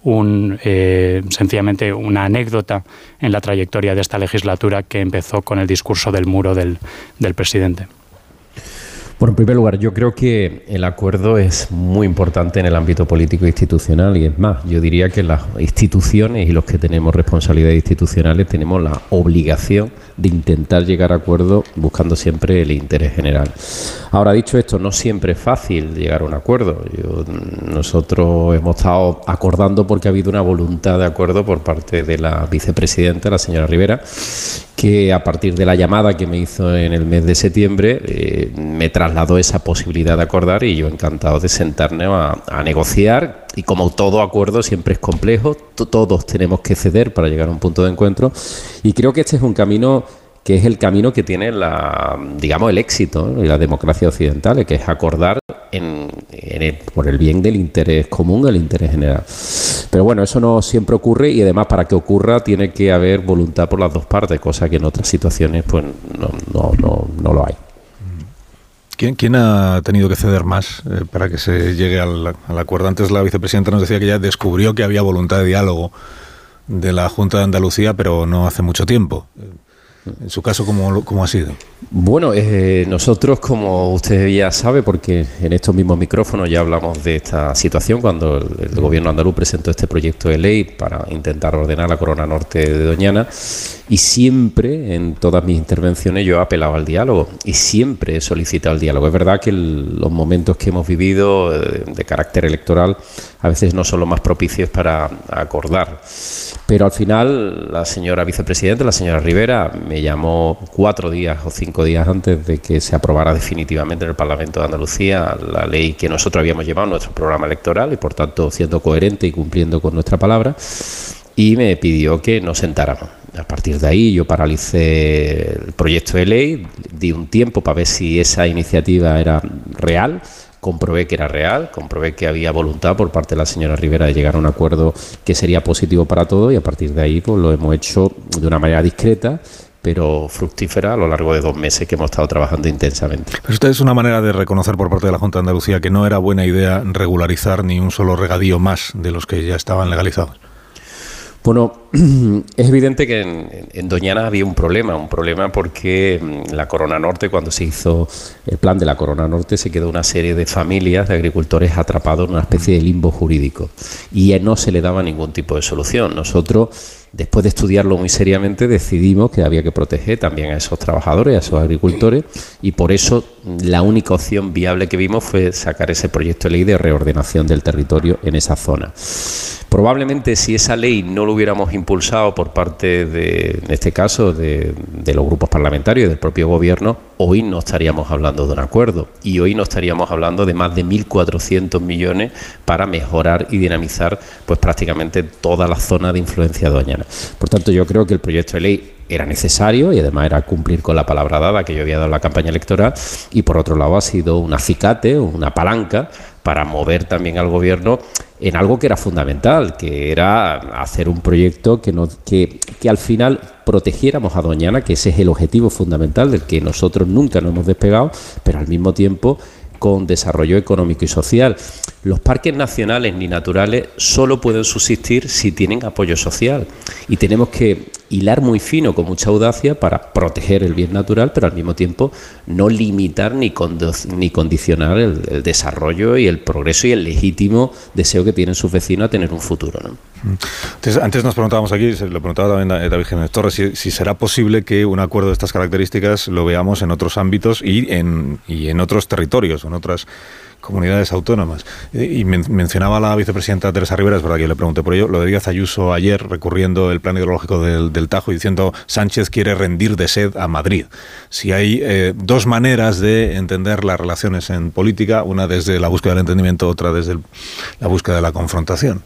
un eh, sencillamente una anécdota en la trayectoria de esta legislatura que empezó con el discurso del muro del, del presidente. Bueno, en primer lugar, yo creo que el acuerdo es muy importante en el ámbito político e institucional, y es más, yo diría que las instituciones y los que tenemos responsabilidades institucionales tenemos la obligación de intentar llegar a acuerdos buscando siempre el interés general. Ahora, dicho esto, no siempre es fácil llegar a un acuerdo. Yo, nosotros hemos estado acordando porque ha habido una voluntad de acuerdo por parte de la vicepresidenta, la señora Rivera, que a partir de la llamada que me hizo en el mes de septiembre eh, me trasladó esa posibilidad de acordar, y yo encantado de sentarnos a, a negociar. Y como todo acuerdo siempre es complejo, todos tenemos que ceder para llegar a un punto de encuentro, y creo que este es un camino que es el camino que tiene la, digamos, el éxito, ¿no? Y la democracia occidental, que es acordar en, en el, por el bien del interés común, del interés general. Pero bueno, eso no siempre ocurre, y además para que ocurra tiene que haber voluntad por las dos partes, cosa que en otras situaciones pues no, no, no, no lo hay. ¿Quién, ¿Quién ha tenido que ceder más eh, para que se llegue al, al acuerdo? Antes la vicepresidenta nos decía que ya descubrió que había voluntad de diálogo de la Junta de Andalucía, pero no hace mucho tiempo. En su caso, ¿cómo, cómo ha sido? Bueno, eh, nosotros, como usted ya sabe, porque en estos mismos micrófonos ya hablamos de esta situación cuando el, el gobierno andaluz presentó este proyecto de ley para intentar ordenar la corona norte de Doñana, y siempre en todas mis intervenciones yo he apelado al diálogo y siempre he solicitado el diálogo. Es verdad que el, los momentos que hemos vivido eh, de carácter electoral a veces no son los más propicios para acordar, pero al final la señora vicepresidenta, la señora Rivera, me llamó cuatro días o cinco días antes de que se aprobara definitivamente en el Parlamento de Andalucía la ley que nosotros habíamos llevado en nuestro programa electoral, y por tanto siendo coherente y cumpliendo con nuestra palabra, y me pidió que nos sentáramos. A partir de ahí yo paralicé el proyecto de ley, di un tiempo para ver si esa iniciativa era real. Comprobé que era real, comprobé que había voluntad por parte de la señora Rivera de llegar a un acuerdo que sería positivo para todos, y a partir de ahí pues lo hemos hecho de una manera discreta pero fructífera a lo largo de dos meses que hemos estado trabajando intensamente. Pero esta es una manera de reconocer por parte de la Junta de Andalucía que no era buena idea regularizar ni un solo regadío más de los que ya estaban legalizados. Bueno, es evidente que en, en Doñana había un problema, un problema porque la Corona Norte, cuando se hizo el plan de la Corona Norte, se quedó una serie de familias de agricultores atrapados en una especie de limbo jurídico y no se le daba ningún tipo de solución. Nosotros, después de estudiarlo muy seriamente, decidimos que había que proteger también a esos trabajadores, a esos agricultores, y por eso la única opción viable que vimos fue sacar ese proyecto de ley de reordenación del territorio en esa zona. Probablemente si esa ley no lo hubiéramos impulsado por parte de, en este caso, de, de los grupos parlamentarios y del propio gobierno, hoy no estaríamos hablando de un acuerdo y hoy no estaríamos hablando de más de mil cuatrocientos millones para mejorar y dinamizar pues prácticamente toda la zona de influencia de Doñana. Por tanto, yo creo que el proyecto de ley era necesario y además era cumplir con la palabra dada que yo había dado en la campaña electoral, y por otro lado ha sido un acicate, una palanca para mover también al gobierno en algo que era fundamental, que era hacer un proyecto que, nos, que, que al final protegiéramos a Doñana, que ese es el objetivo fundamental del que nosotros nunca nos hemos despegado, pero al mismo tiempo con desarrollo económico y social. Los parques nacionales ni naturales solo pueden subsistir si tienen apoyo social, y tenemos que hilar muy fino, con mucha audacia, para proteger el bien natural, pero al mismo tiempo no limitar ni, ni condicionar el, el desarrollo y el progreso y el legítimo deseo que tienen sus vecinos a tener un futuro, ¿no? Entonces, antes nos preguntábamos aquí, se lo preguntaba también David Jiménez Torres, si, si será posible que un acuerdo de estas características lo veamos en otros ámbitos y en, y en otros territorios, en otras comunidades autónomas. Y men mencionaba la vicepresidenta Teresa Rivera, es verdad que yo le pregunté por ello, lo de Díaz Ayuso ayer recurriendo el plan hidrológico del, del Tajo y diciendo Sánchez quiere rendir de sed a Madrid. Si hay eh, dos maneras de entender las relaciones en política, una desde la búsqueda del entendimiento, otra desde el, la búsqueda de la confrontación.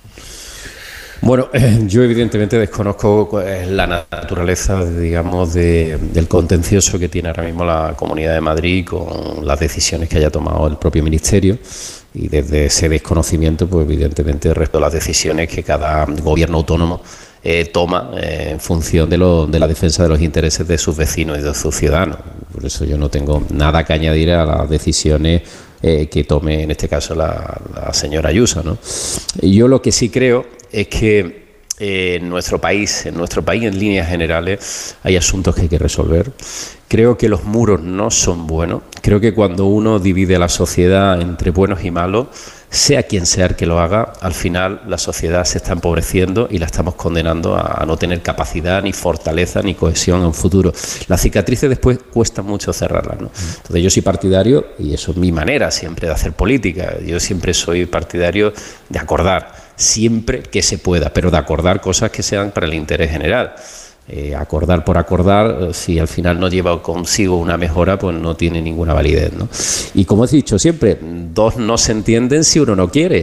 Bueno, eh, yo evidentemente desconozco eh, la naturaleza, digamos, de, del contencioso que tiene ahora mismo la Comunidad de Madrid con las decisiones que haya tomado el propio Ministerio, y desde ese desconocimiento, pues evidentemente respeto las decisiones que cada gobierno autónomo eh, toma eh, en función de, lo, de la defensa de los intereses de sus vecinos y de sus ciudadanos. Por eso yo no tengo nada que añadir a las decisiones eh, que tome en este caso la, la señora Ayuso, ¿no? Yo lo que sí creo es que eh, en nuestro país, en nuestro país en líneas generales, hay asuntos que hay que resolver. Creo que los muros no son buenos. Creo que cuando uno divide a la sociedad entre buenos y malos, sea quien sea el que lo haga, al final la sociedad se está empobreciendo y la estamos condenando a no tener capacidad, ni fortaleza, ni cohesión en un futuro. Las cicatrices después cuesta mucho cerrarlas, ¿no? Entonces yo soy partidario, y eso es mi manera siempre de hacer política, yo siempre soy partidario de acordar, siempre que se pueda, pero de acordar cosas que sean para el interés general. Eh, acordar por acordar, si al final no lleva consigo una mejora, pues no tiene ninguna validez, ¿no? Y como he dicho siempre, dos no se entienden si uno no quiere,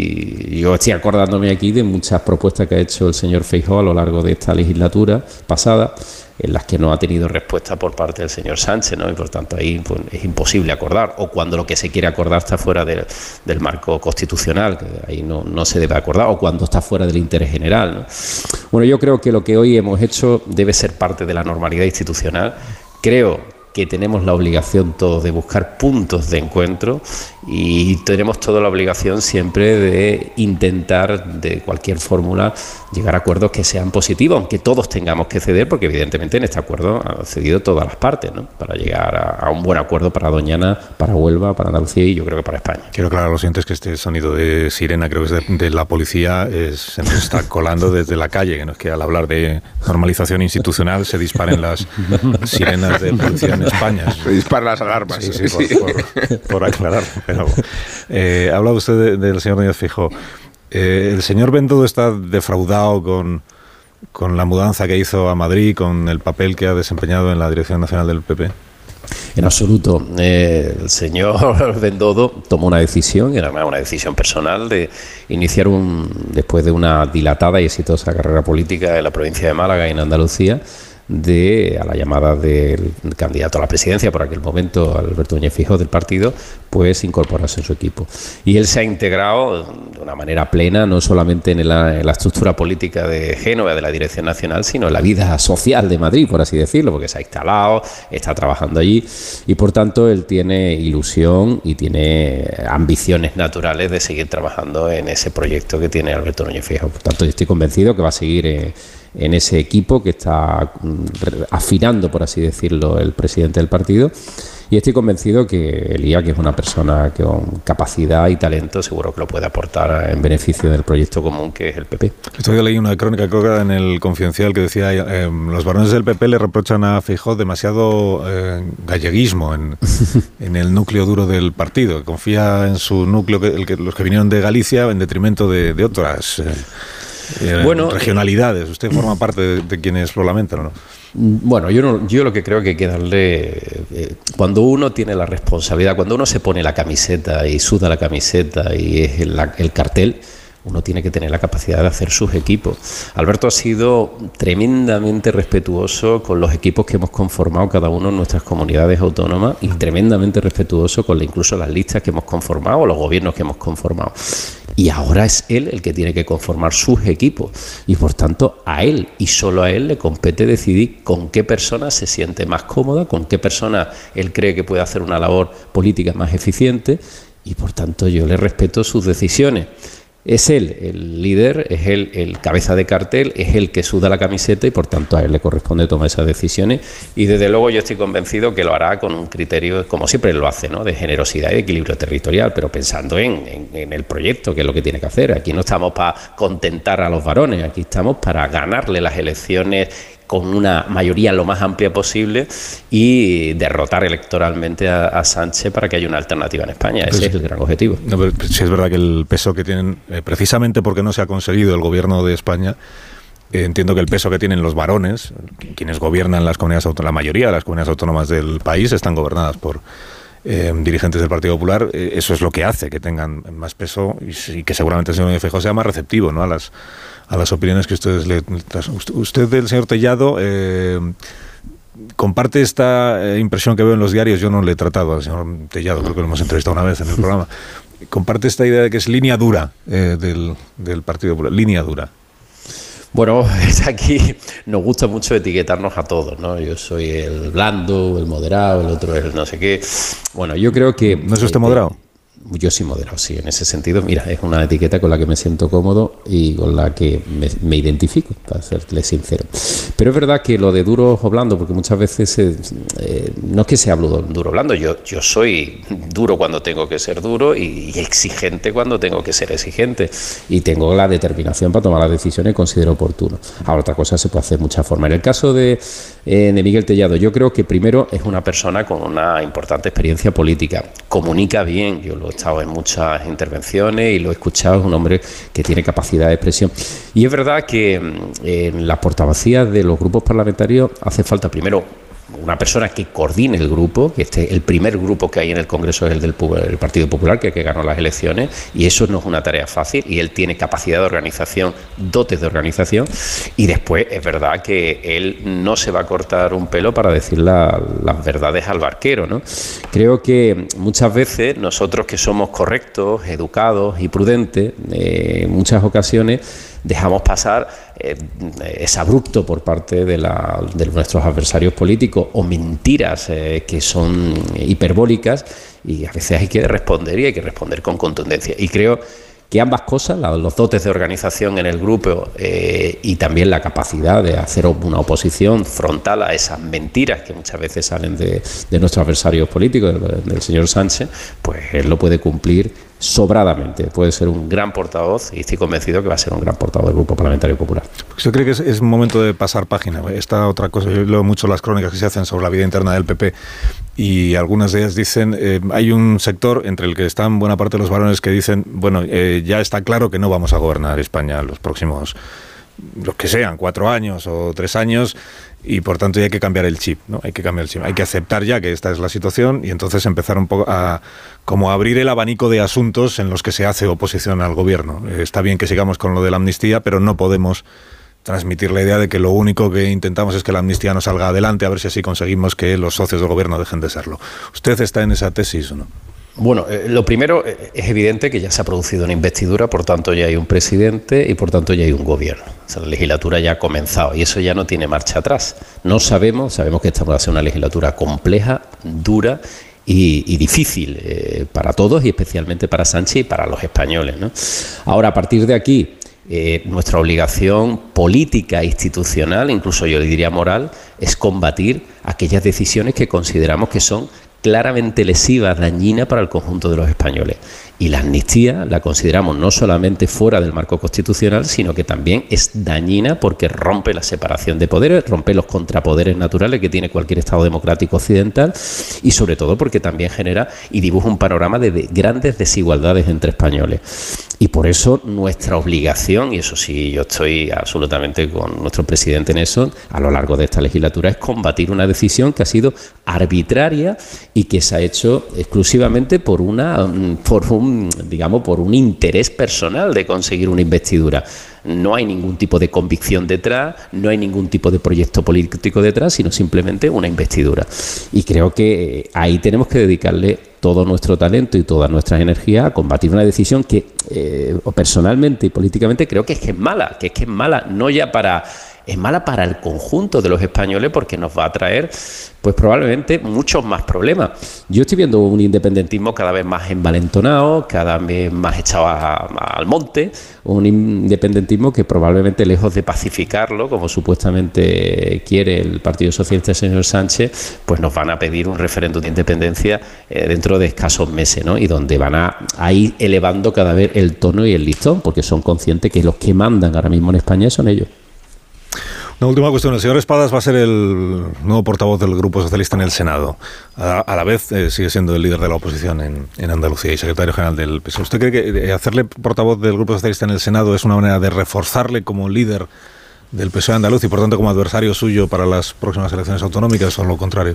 y yo estoy acordándome aquí de muchas propuestas que ha hecho el señor Feijóo a lo largo de esta legislatura pasada, en las que no ha tenido respuesta por parte del señor Sánchez, ¿no? Y por tanto ahí pues, es imposible acordar, o cuando lo que se quiere acordar está fuera de, del marco constitucional, que ahí no, no se debe acordar, o cuando está fuera del interés general, ¿no? Bueno, yo creo que lo que hoy hemos hecho debe ser parte de la normalidad institucional. Creo que tenemos la obligación todos de buscar puntos de encuentro, y tenemos toda la obligación siempre de intentar, de cualquier fórmula, llegar a acuerdos que sean positivos, aunque todos tengamos que ceder, porque evidentemente en este acuerdo han cedido todas las partes, ¿no? Para llegar a, a un buen acuerdo para Doñana, para Huelva, para Andalucía y yo creo que para España. Quiero aclarar a los oyentes que este sonido de sirena, creo que es de, de la policía, es, se nos está colando desde la calle, que no es que al hablar de normalización institucional se disparen las sirenas de policía en España. Se disparan las alarmas. Sí, sí, por, sí. por, por aclarar. Pero eh, habla usted de, del señor Núñez Feijóo. Eh, ¿El señor Bendodo está defraudado con, con la mudanza que hizo a Madrid, con el papel que ha desempeñado en la Dirección Nacional del P P? En absoluto. Eh, el señor Bendodo tomó una decisión, y además una decisión personal, de iniciar un, después de una dilatada y exitosa carrera política en la provincia de Málaga y en Andalucía, de, a la llamada del candidato a la presidencia por aquel momento, Alberto Núñez Feijóo, del partido, pues incorporarse en su equipo. Y él se ha integrado de una manera plena, no solamente en la, en la estructura política de Génova, de la Dirección Nacional, sino en la vida social de Madrid, por así decirlo, porque se ha instalado, está trabajando allí y por tanto él tiene ilusión y tiene ambiciones naturales de seguir trabajando en ese proyecto que tiene Alberto Núñez Feijóo. Por tanto, yo estoy convencido que va a seguir en, en ese equipo que está afinando, por así decirlo, el presidente del partido. Y estoy convencido que Elías, que es una persona con capacidad y talento, seguro que lo puede aportar en beneficio del proyecto común que es el P P. Esto yo leí una crónica, creo que era en el Confidencial, que decía eh, los varones del P P le reprochan a Feijóo demasiado eh, galleguismo en, en el núcleo duro del partido. Confía en su núcleo, que, el que, los que vinieron de Galicia, en detrimento de, de otras eh, eh, bueno, regionalidades. Usted forma parte de, de quienes lo lamentan, ¿no? Bueno, yo, no, yo lo que creo que hay que darle, eh, cuando uno tiene la responsabilidad, cuando uno se pone la camiseta y suda la camiseta y es el, el cartel, uno tiene que tener la capacidad de hacer sus equipos. Alberto ha sido tremendamente respetuoso con los equipos que hemos conformado cada uno en nuestras comunidades autónomas y tremendamente respetuoso con la, incluso las listas que hemos conformado o los gobiernos que hemos conformado. Y ahora es él el que tiene que conformar sus equipos y por tanto a él y solo a él le compete decidir con qué persona se siente más cómoda, con qué persona él cree que puede hacer una labor política más eficiente y por tanto yo le respeto sus decisiones. Es él el líder, es él el cabeza de cartel, es él que suda la camiseta y por tanto a él le corresponde tomar esas decisiones y desde luego yo estoy convencido que lo hará con un criterio, como siempre lo hace, ¿no?, de generosidad y de equilibrio territorial, pero pensando en, en, en el proyecto, que es lo que tiene que hacer. Aquí no estamos para contentar a los varones, aquí estamos para ganarle las elecciones con una mayoría lo más amplia posible y derrotar electoralmente a, a Sánchez para que haya una alternativa en España. Ese pues, es el gran objetivo. No, pero sí es verdad que el peso que tienen, eh, precisamente porque no se ha conseguido el gobierno de España, eh, entiendo que el peso que tienen los varones, quienes gobiernan las comunidades autónomas, la mayoría de las comunidades autónomas del país están gobernadas por eh, dirigentes del Partido Popular, eh, eso es lo que hace que tengan más peso y, y que seguramente el señor Feijóo sea más receptivo, ¿no?, a las a las opiniones que ustedes le... Usted, usted del señor Tellado, eh, ¿comparte esta impresión que veo en los diarios? Yo no le he tratado al señor Tellado, creo que lo hemos entrevistado una vez en el programa. ¿Comparte esta idea de que es línea dura eh, del, del Partido Popular? Línea dura. Bueno, aquí nos gusta mucho etiquetarnos a todos, ¿no? Yo soy el blando, el moderado, el otro es el no sé qué. Bueno, yo creo que... ¿No es usted moderado? Yo soy moderado, sí, en ese sentido. Mira, es una etiqueta con la que me siento cómodo y con la que me, me identifico, para serle sincero. Pero es verdad que lo de duro o blando, porque muchas veces eh, eh, no es que sea duro o blando, yo, yo soy duro cuando tengo que ser duro y, y exigente cuando tengo que ser exigente. Y tengo la determinación para tomar las decisiones que considero oportuno. Ahora, otra cosa se puede hacer de muchas formas. En el caso de, eh, de Miguel Tellado, yo creo que primero es una persona con una importante experiencia política. Comunica bien, yo lo he estado en muchas intervenciones y lo he escuchado, es un hombre que tiene capacidad de expresión. Y es verdad que en las portavocías de los grupos parlamentarios hace falta primero una persona que coordine el grupo, que este, el primer grupo que hay en el Congreso es el del el Partido Popular, que, que ganó las elecciones, y eso no es una tarea fácil, y él tiene capacidad de organización, dotes de organización, y después es verdad que él no se va a cortar un pelo para decir la, las verdades al barquero, ¿no? Creo que muchas veces nosotros que somos correctos, educados y prudentes, eh, en muchas ocasiones dejamos pasar eh, es abrupto por parte de, la, de nuestros adversarios políticos o mentiras eh, que son hiperbólicas y a veces hay que responder y hay que responder con contundencia. Y creo que ambas cosas, la, los dotes de organización en el grupo eh, y también la capacidad de hacer una oposición frontal a esas mentiras que muchas veces salen de, de nuestros adversarios políticos, del, del señor Sánchez, pues él lo puede cumplir sobradamente. Puede ser un gran portavoz y estoy convencido que va a ser un gran portavoz del Grupo Parlamentario Popular. ¿Usted cree que es, es momento de pasar página? Esta otra cosa, yo leo mucho las crónicas que se hacen sobre la vida interna del P P y algunas de ellas dicen, eh, hay un sector entre el que están buena parte de los varones que dicen, bueno, eh, ya está claro que no vamos a gobernar España los próximos, los que sean, cuatro años o tres años, y por tanto ya hay que cambiar el chip, ¿no? Hay que cambiar el chip, hay que aceptar ya que esta es la situación y entonces empezar un poco a como a abrir el abanico de asuntos en los que se hace oposición al gobierno. Eh, está bien que sigamos con lo de la amnistía, pero no podemos transmitir la idea de que lo único que intentamos es que la amnistía no salga adelante, a ver si así conseguimos que los socios del gobierno dejen de serlo. ¿Usted está en esa tesis o no? Bueno, eh, lo primero, eh, es evidente que ya se ha producido una investidura, por tanto ya hay un presidente y por tanto ya hay un gobierno. O sea, la legislatura ya ha comenzado y eso ya no tiene marcha atrás. No sabemos, sabemos que esta va a ser una legislatura compleja, dura y, y difícil eh, para todos y especialmente para Sánchez y para los españoles, ¿no? Ahora, a partir de aquí, Eh, nuestra obligación política, institucional, incluso yo le diría moral, es combatir aquellas decisiones que consideramos que son claramente lesivas, dañinas para el conjunto de los españoles. Y la amnistía la consideramos no solamente fuera del marco constitucional, sino que también es dañina porque rompe la separación de poderes, rompe los contrapoderes naturales que tiene cualquier Estado democrático occidental y sobre todo porque también genera y dibuja un panorama de, de grandes desigualdades entre españoles. Y por eso nuestra obligación, y eso sí, yo estoy absolutamente con nuestro presidente en eso, a lo largo de esta legislatura, es combatir una decisión que ha sido arbitraria y que se ha hecho exclusivamente por una, por un, digamos, por un interés personal de conseguir una investidura. No hay ningún tipo de convicción detrás, no hay ningún tipo de proyecto político detrás, sino simplemente una investidura. Y creo que ahí tenemos que dedicarle todo nuestro talento y todas nuestras energías a combatir una decisión que eh, personalmente y políticamente creo que es que es mala, que es que es mala, no ya para... es mala para el conjunto de los españoles porque nos va a traer pues probablemente muchos más problemas. Yo estoy viendo un independentismo cada vez más envalentonado, cada vez más echado a, a, al monte, un independentismo que probablemente lejos de pacificarlo, como supuestamente quiere el Partido Socialista del señor Sánchez, pues nos van a pedir un referéndum de independencia eh, dentro de escasos meses, ¿no? Y donde van a, a ir elevando cada vez el tono y el listón, porque son conscientes que los que mandan ahora mismo en España son ellos. Una última cuestión. El señor Espadas va a ser el nuevo portavoz del Grupo Socialista en el Senado. A, a la vez eh, sigue siendo el líder de la oposición en, en Andalucía y secretario general del P S O E. ¿Usted cree que hacerle portavoz del Grupo Socialista en el Senado es una manera de reforzarle como líder del P S O E andaluz y por tanto como adversario suyo para las próximas elecciones autonómicas o lo contrario?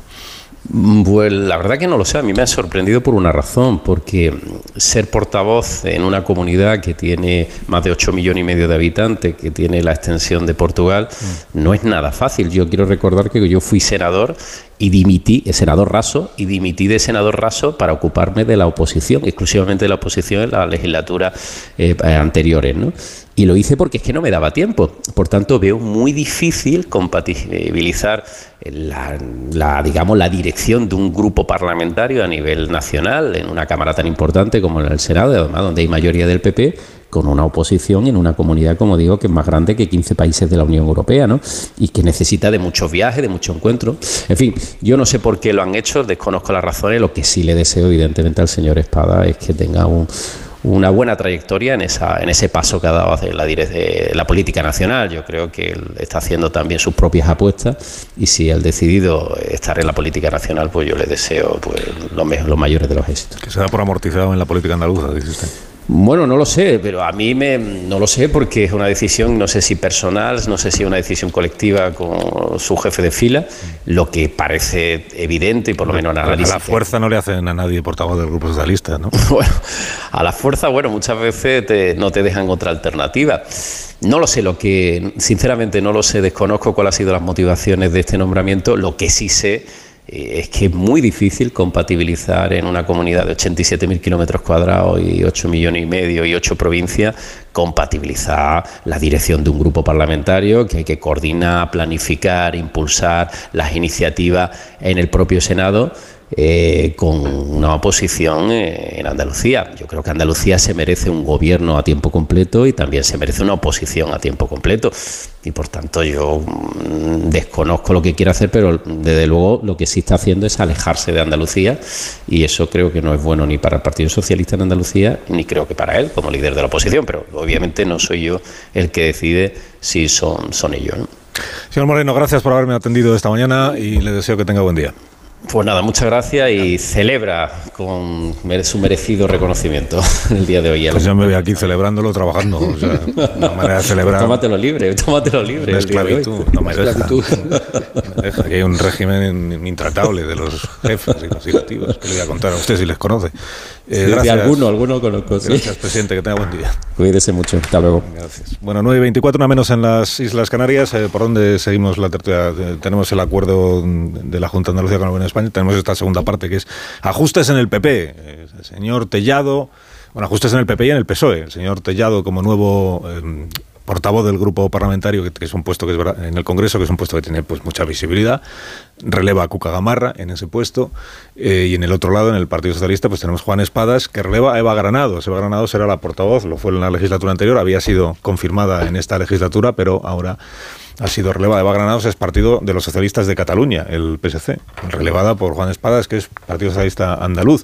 Pues la verdad que no lo sé, a mí me ha sorprendido por una razón, porque ser portavoz en una comunidad que tiene más de ocho millones y medio de habitantes, que tiene la extensión de Portugal, mm. no es nada fácil. Yo quiero recordar que yo fui senador y dimití, senador raso, y dimití de senador raso para ocuparme de la oposición, exclusivamente de la oposición en las legislaturas eh, anteriores, ¿no? Y lo hice porque es que no me daba tiempo. Por tanto, veo muy difícil compatibilizar la, la, digamos, la dirección de un grupo parlamentario a nivel nacional en una Cámara tan importante como en el Senado, además donde hay mayoría del P P, con una oposición en una comunidad, como digo, que es más grande que quince países de la Unión Europea, ¿no? Y que necesita de muchos viajes, de muchos encuentros. En fin, yo no sé por qué lo han hecho, desconozco las razones. Lo que sí le deseo, evidentemente, al señor Espada es que tenga un... una buena trayectoria en esa en ese paso que ha dado hacia la, de la política nacional. Yo creo que él está haciendo también sus propias apuestas y si él ha decidido estar en la política nacional, pues yo le deseo pues los, los mayores de los éxitos. Que se da por amortizado en la política andaluza, dice usted. Bueno, no lo sé, pero a mí me, no lo sé porque es una decisión, no sé si personal, no sé si una decisión colectiva con su jefe de fila, lo que parece evidente y por lo menos análisis. A la fuerza no le hacen a nadie portavoz del Grupo Socialista, ¿no? Bueno, a la fuerza, bueno, muchas veces te, no te dejan otra alternativa. No lo sé, lo que sinceramente no lo sé, desconozco cuáles han sido las motivaciones de este nombramiento, lo que sí sé es que es muy difícil compatibilizar en una comunidad de ochenta y siete mil kilómetros cuadrados y ocho millones y medio y ocho provincias, compatibilizar la dirección de un grupo parlamentario que hay que coordinar, planificar, impulsar las iniciativas en el propio Senado. Eh, con una oposición eh, en Andalucía. Yo creo que Andalucía se merece un gobierno a tiempo completo y también se merece una oposición a tiempo completo y por tanto yo mmm, desconozco lo que quiere hacer, pero desde luego lo que sí está haciendo es alejarse de Andalucía y eso creo que no es bueno ni para el Partido Socialista en Andalucía ni creo que para él como líder de la oposición, pero obviamente no soy yo el que decide si son, son ellos, ¿no? Señor Moreno, gracias por haberme atendido esta mañana y le deseo que tenga buen día. Pues nada, muchas gracias y celebra con su merecido reconocimiento el día de hoy. Pues yo me voy aquí celebrándolo, trabajando. O sea, una manera de celebrar. Tómatelo libre, tómatelo libre. La esclavitud, no me deja. Me deja que hay un régimen intratable de los jefes y los directivos, que le voy a contar a usted si les conoce. Eh, sí, gracias. De alguno, alguno conozco. Sí. Gracias, presidente, que tenga buen día. Cuídese mucho, hasta luego. Gracias. Bueno, nueve y veinticuatro, una menos en las Islas Canarias. Eh, ¿Por dónde seguimos la tertulia? Eh, tenemos el acuerdo de la Junta de Andalucía con el Gobierno de España. Tenemos esta segunda parte que es ajustes en el P P. Eh, el señor Tellado, bueno, ajustes en el P P y en el P S O E. El señor Tellado como nuevo eh, portavoz del grupo parlamentario, que, que es un puesto que es verdad, en el Congreso, que es un puesto que tiene pues mucha visibilidad, releva a Cuca Gamarra en ese puesto, eh, y en el otro lado, en el Partido Socialista, pues tenemos Juan Espadas, que releva a Eva Granados. Eva Granados era la portavoz, lo fue en la legislatura anterior, había sido confirmada en esta legislatura, pero ahora ha sido relevada. Eva Granados es Partido de los Socialistas de Cataluña, el P S C, relevada por Juan Espadas, que es Partido Socialista Andaluz.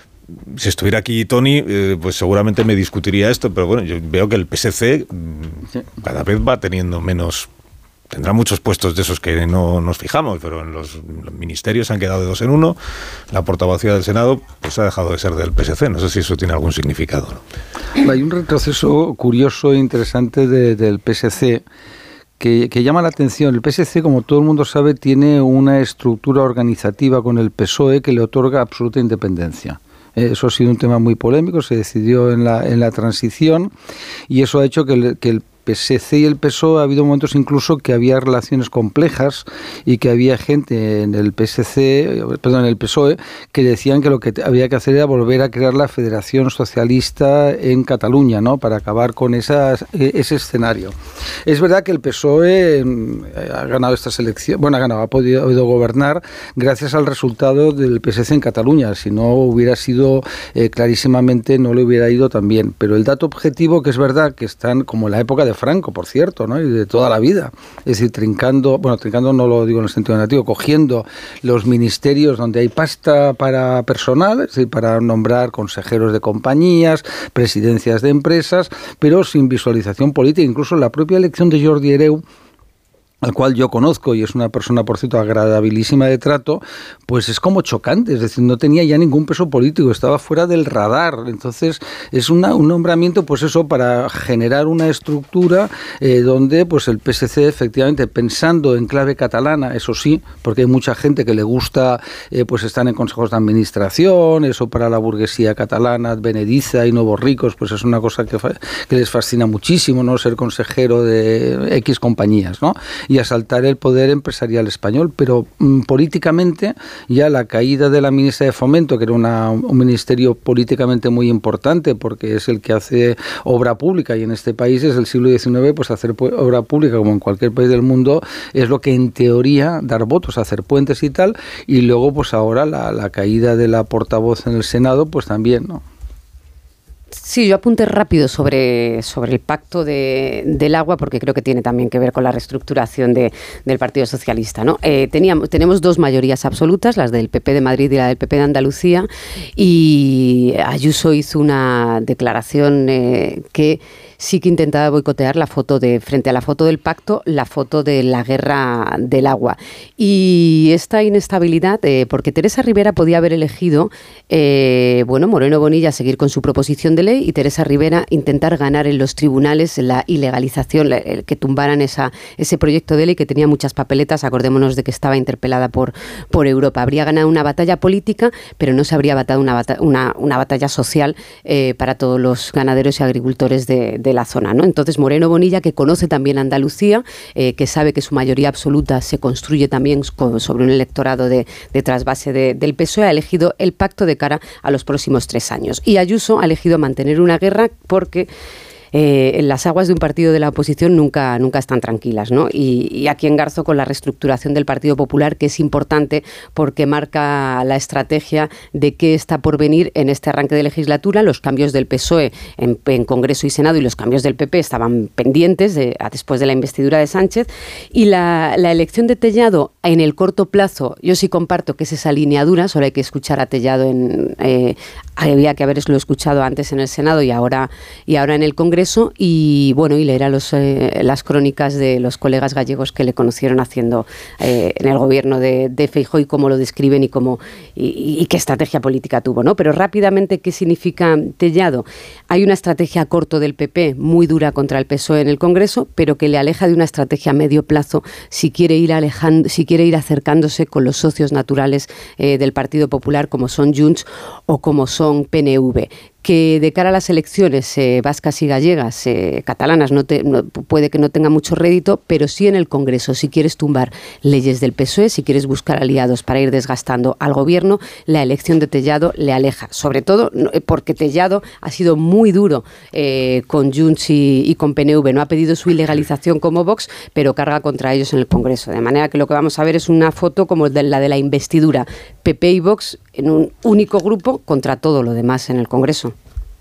Si estuviera aquí Tony, eh, pues seguramente me discutiría esto, pero bueno, yo veo que el P S C mmm, cada vez va teniendo menos, tendrá muchos puestos de esos que no nos fijamos, pero en los, los ministerios se han quedado de dos en uno, la portavocía del Senado pues ha dejado de ser del P S C, no sé si eso tiene algún significado, ¿no? Hay un retroceso curioso e interesante de, del P S C que, que llama la atención. El P S C, como todo el mundo sabe, tiene una estructura organizativa con el P S O E que le otorga absoluta independencia. Eso ha sido un tema muy polémico, se decidió en la, en la transición, y eso ha hecho que el, que el P S C y el P S O E ha habido momentos incluso que había relaciones complejas y que había gente en el P S C, perdón, en el P S O E, que decían que lo que había que hacer era volver a crear la Federación Socialista en Cataluña, ¿no?, para acabar con esa, ese escenario. Es verdad que el P S O E ha ganado esta elecciones, bueno, ha ganado, ha podido, ha podido gobernar gracias al resultado del P S C en Cataluña. Si no hubiera sido eh, clarísimamente, no le hubiera ido tan bien. Pero el dato objetivo, que es verdad que están como en la época de Franco, por cierto, ¿no?, y de toda la vida, es decir, trincando, bueno, trincando no lo digo en el sentido negativo, cogiendo los ministerios donde hay pasta para personal, es decir, para nombrar consejeros de compañías, presidencias de empresas, pero sin visualización política. Incluso la propia elección de Jordi Hereu, al cual yo conozco y es una persona, por cierto, agradabilísima de trato, pues es como chocante, es decir, no tenía ya ningún peso político, estaba fuera del radar. Entonces es una, un nombramiento, pues eso, para generar una estructura eh, donde pues el P S C, efectivamente, pensando en clave catalana, eso sí, porque hay mucha gente que le gusta eh, pues estar en consejos de administración, eso para la burguesía catalana, advenediza y nuevos ricos, pues es una cosa que, que les fascina muchísimo, ¿no?, ser consejero de X compañías, ¿no?, y asaltar el poder empresarial español, pero mmm, políticamente ya la caída de la ministra de Fomento, que era una, un ministerio políticamente muy importante porque es el que hace obra pública, y en este país es el siglo diecinueve, pues hacer obra pública, como en cualquier país del mundo, es lo que en teoría dar votos, hacer puentes y tal, y luego pues ahora la, la caída de la portavoz en el Senado, pues también, ¿no? Sí, yo apunté rápido sobre, sobre el pacto de, del agua, porque creo que tiene también que ver con la reestructuración de, del Partido Socialista, ¿no? Eh, teníamos, tenemos dos mayorías absolutas, las del P P de Madrid y la del P P de Andalucía, y Ayuso hizo una declaración eh, que sí que intentaba boicotear la foto de, frente a la foto del pacto, la foto de la guerra del agua. Y esta inestabilidad, eh, porque Teresa Rivera podía haber elegido, eh, bueno, Moreno Bonilla seguir con su proposición de ley y Teresa Rivera intentar ganar en los tribunales la ilegalización, la, el que tumbaran esa, ese proyecto de ley que tenía muchas papeletas. Acordémonos de que estaba interpelada por, por Europa. Habría ganado una batalla política, pero no se habría batado una, bata, una, una batalla social eh, para todos los ganaderos y agricultores de, de la zona, ¿no? Entonces Moreno Bonilla, que conoce también Andalucía, eh, que sabe que su mayoría absoluta se construye también con, sobre un electorado de, de trasvase de, del P S O E, ha elegido el pacto de cara a los próximos tres años. Y Ayuso ha elegido mantener una guerra porque Eh, las aguas de un partido de la oposición nunca, nunca están tranquilas, ¿no? Y, y aquí engarzo con la reestructuración del Partido Popular, que es importante porque marca la estrategia de qué está por venir en este arranque de legislatura. Los cambios del P S O E en, en Congreso y Senado y los cambios del P P estaban pendientes de, después de la investidura de Sánchez, y la, la elección de Tellado en el corto plazo, yo sí comparto que es esa línea dura, solo hay que escuchar a Tellado en... Eh, había que haberlo escuchado antes en el Senado y ahora, y ahora en el Congreso. Congreso y bueno y leerá los, eh, las crónicas de los colegas gallegos que le conocieron haciendo eh, en el gobierno de, de Feijóo y cómo lo describen y cómo y, y qué estrategia política tuvo, ¿no? Pero rápidamente, ¿qué significa Tellado? Hay una estrategia a corto del P P muy dura contra el P S O E en el Congreso, pero que le aleja de una estrategia a medio plazo si quiere ir alejando, si quiere ir acercándose con los socios naturales eh, del Partido Popular, como son Junts o como son P N V. Que de cara a las elecciones eh, vascas y gallegas, eh, catalanas, no, te, no puede que no tenga mucho rédito, pero sí en el Congreso. Si quieres tumbar leyes del P S O E, si quieres buscar aliados para ir desgastando al gobierno, la elección de Tellado le aleja. Sobre todo porque Tellado ha sido muy duro eh, con Junts y, y con P N V. No ha pedido su ilegalización como Vox, pero carga contra ellos en el Congreso. De manera que lo que vamos a ver es una foto como de la de la investidura. P P y Vox en un único grupo contra todo lo demás en el Congreso.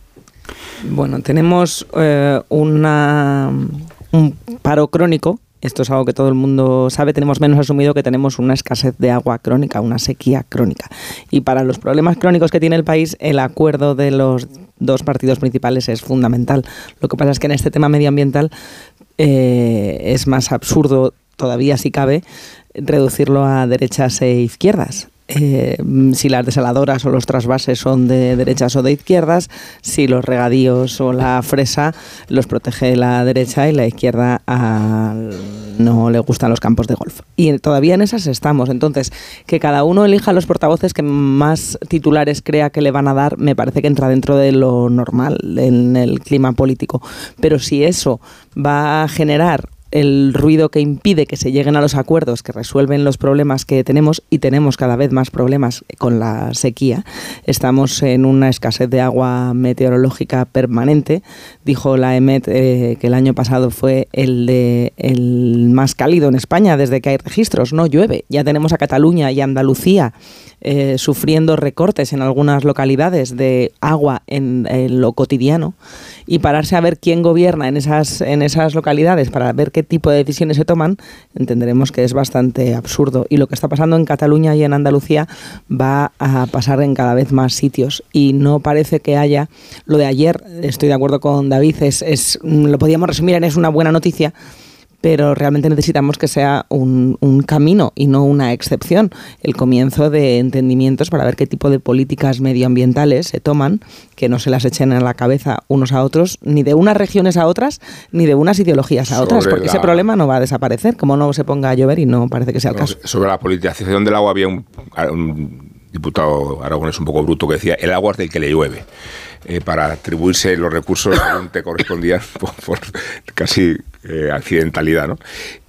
Bueno, tenemos eh, una, un paro crónico. Esto es algo que todo el mundo sabe. Tenemos menos asumido que tenemos una escasez de agua crónica, una sequía crónica. Y para los problemas crónicos que tiene el país, el acuerdo de los dos partidos principales es fundamental. Lo que pasa es que en este tema medioambiental eh, es más absurdo todavía, si cabe, reducirlo a derechas e izquierdas. Eh, si las desaladoras o los trasvases son de derechas o de izquierdas, si los regadíos o la fresa los protege la derecha y la izquierda a, no le gustan los campos de golf. Y todavía en esas estamos. Entonces, que cada uno elija los portavoces que más titulares crea que le van a dar, me parece que entra dentro de lo normal en el clima político. Pero si eso va a generar el ruido que impide que se lleguen a los acuerdos que resuelven los problemas que tenemos, y tenemos cada vez más problemas con la sequía. Estamos en una escasez de agua meteorológica permanente. Dijo la E M E T eh, que el año pasado fue el, de, el más cálido en España desde que hay registros. No llueve. Ya tenemos a Cataluña y a Andalucía eh, sufriendo recortes en algunas localidades de agua en, en lo cotidiano. Y pararse a ver quién gobierna en esas, en esas localidades para ver qué tipo de decisiones se toman, entenderemos que es bastante absurdo. Y lo que está pasando en Cataluña y en Andalucía va a pasar en cada vez más sitios. Y no parece que haya... Lo de ayer, estoy de acuerdo con David, es, es lo podríamos resumir en es una buena noticia, pero realmente necesitamos que sea un, un camino y no una excepción, el comienzo de entendimientos para ver qué tipo de políticas medioambientales se toman, que no se las echen a la cabeza unos a otros, ni de unas regiones a otras, ni de unas ideologías a otras, porque la... ese problema no va a desaparecer, como no se ponga a llover y no parece que sea el no, caso. Sobre la politización del agua había un, un diputado aragonés un poco bruto que decía, el agua es del que le llueve. Eh, para atribuirse los recursos que te correspondían por, por casi eh, accidentalidad, ¿no?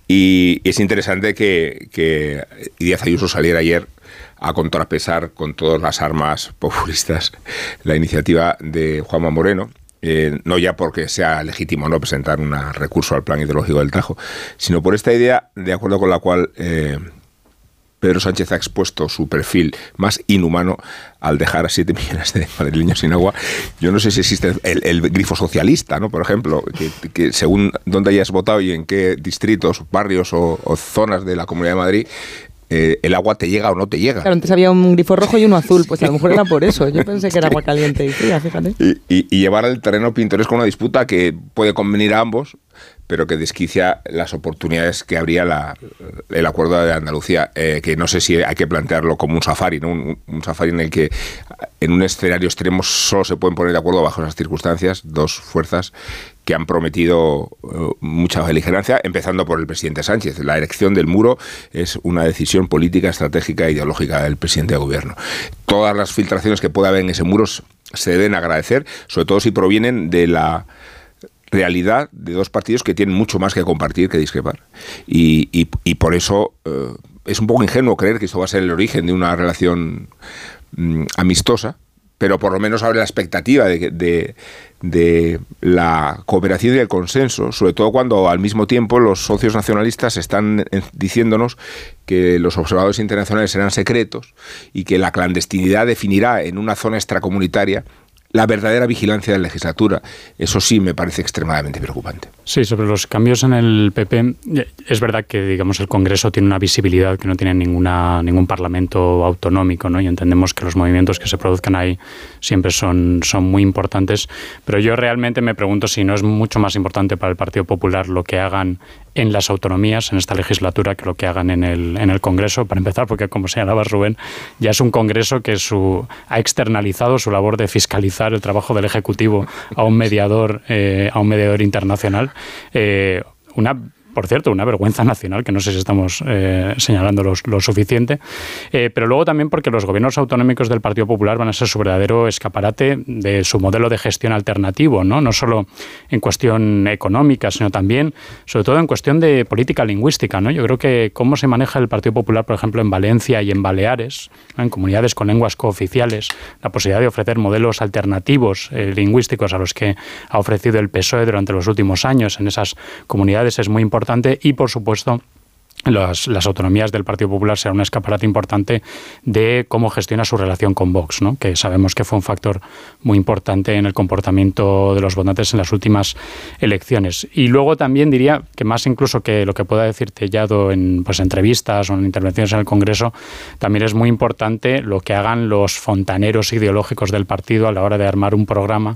Y, y es interesante que, que Díaz Ayuso saliera ayer a contrapesar con todas las armas populistas la iniciativa de Juanma Moreno, eh, no ya porque sea legítimo no presentar un recurso al plan hidrológico del Tajo, sino por esta idea de acuerdo con la cual eh, Pedro Sánchez ha expuesto su perfil más inhumano al dejar a siete millones de madrileños sin agua. Yo no sé si existe el, el grifo socialista, ¿no? Por ejemplo, que, que según dónde hayas votado y en qué distritos, barrios o, o zonas de la Comunidad de Madrid, eh, el agua te llega o no te llega. Claro, antes había un grifo rojo y uno azul, pues a lo mejor era por eso. Yo pensé que era agua caliente y fría, fíjate. Y, y, y llevar al terreno pintoresco una disputa que puede convenir a ambos, pero que desquicia las oportunidades que habría la, el acuerdo de Andalucía, eh, que no sé si hay que plantearlo como un safari, ¿no? Un, un safari en el que en un escenario extremo solo se pueden poner de acuerdo bajo esas circunstancias dos fuerzas que han prometido uh, mucha beligerancia, empezando por el presidente Sánchez. La erección del muro es una decisión política, estratégica e ideológica del presidente de gobierno. Todas las filtraciones que pueda haber en ese muro se deben agradecer, sobre todo si provienen de la realidad de dos partidos que tienen mucho más que compartir que discrepar. Y, y, y por eso eh, es un poco ingenuo creer que esto va a ser el origen de una relación mm, amistosa, pero por lo menos abre la expectativa de, de, de la cooperación y el consenso, sobre todo cuando al mismo tiempo los socios nacionalistas están diciéndonos que los observadores internacionales serán secretos y que la clandestinidad definirá en una zona extracomunitaria la verdadera vigilancia de la legislatura. Eso sí me parece extremadamente preocupante. Sí, sobre los cambios en el P P, es verdad que digamos el Congreso tiene una visibilidad que no tiene ninguna ningún parlamento autonómico, ¿no? Y entendemos que los movimientos que se produzcan ahí siempre son, son muy importantes, pero yo realmente me pregunto si no es mucho más importante para el Partido Popular lo que hagan en las autonomías, en esta legislatura, que lo que hagan en el, en el Congreso, para empezar, porque como señalaba Rubén, ya es un Congreso que su, ha externalizado su labor de fiscalizar el trabajo del Ejecutivo a un mediador, eh, a un mediador internacional. Eh, una Por cierto, una vergüenza nacional, que no sé si estamos eh, señalando lo, lo suficiente, eh, pero luego también porque los gobiernos autonómicos del Partido Popular van a ser su verdadero escaparate de su modelo de gestión alternativo, ¿no? No solo en cuestión económica, sino también, sobre todo en cuestión de política lingüística, ¿no? Yo creo que cómo se maneja el Partido Popular, por ejemplo, en Valencia y en Baleares, ¿no? En comunidades con lenguas cooficiales, la posibilidad de ofrecer modelos alternativos eh, lingüísticos a los que ha ofrecido el P S O E durante los últimos años en esas comunidades es muy importante. Y, por supuesto, Las, las autonomías del Partido Popular será un escaparate importante de cómo gestiona su relación con Vox, ¿no? Que sabemos que fue un factor muy importante en el comportamiento de los votantes en las últimas elecciones. Y luego también diría que más incluso que lo que pueda decir Tellado en pues, entrevistas o en intervenciones en el Congreso, también es muy importante lo que hagan los fontaneros ideológicos del partido a la hora de armar un programa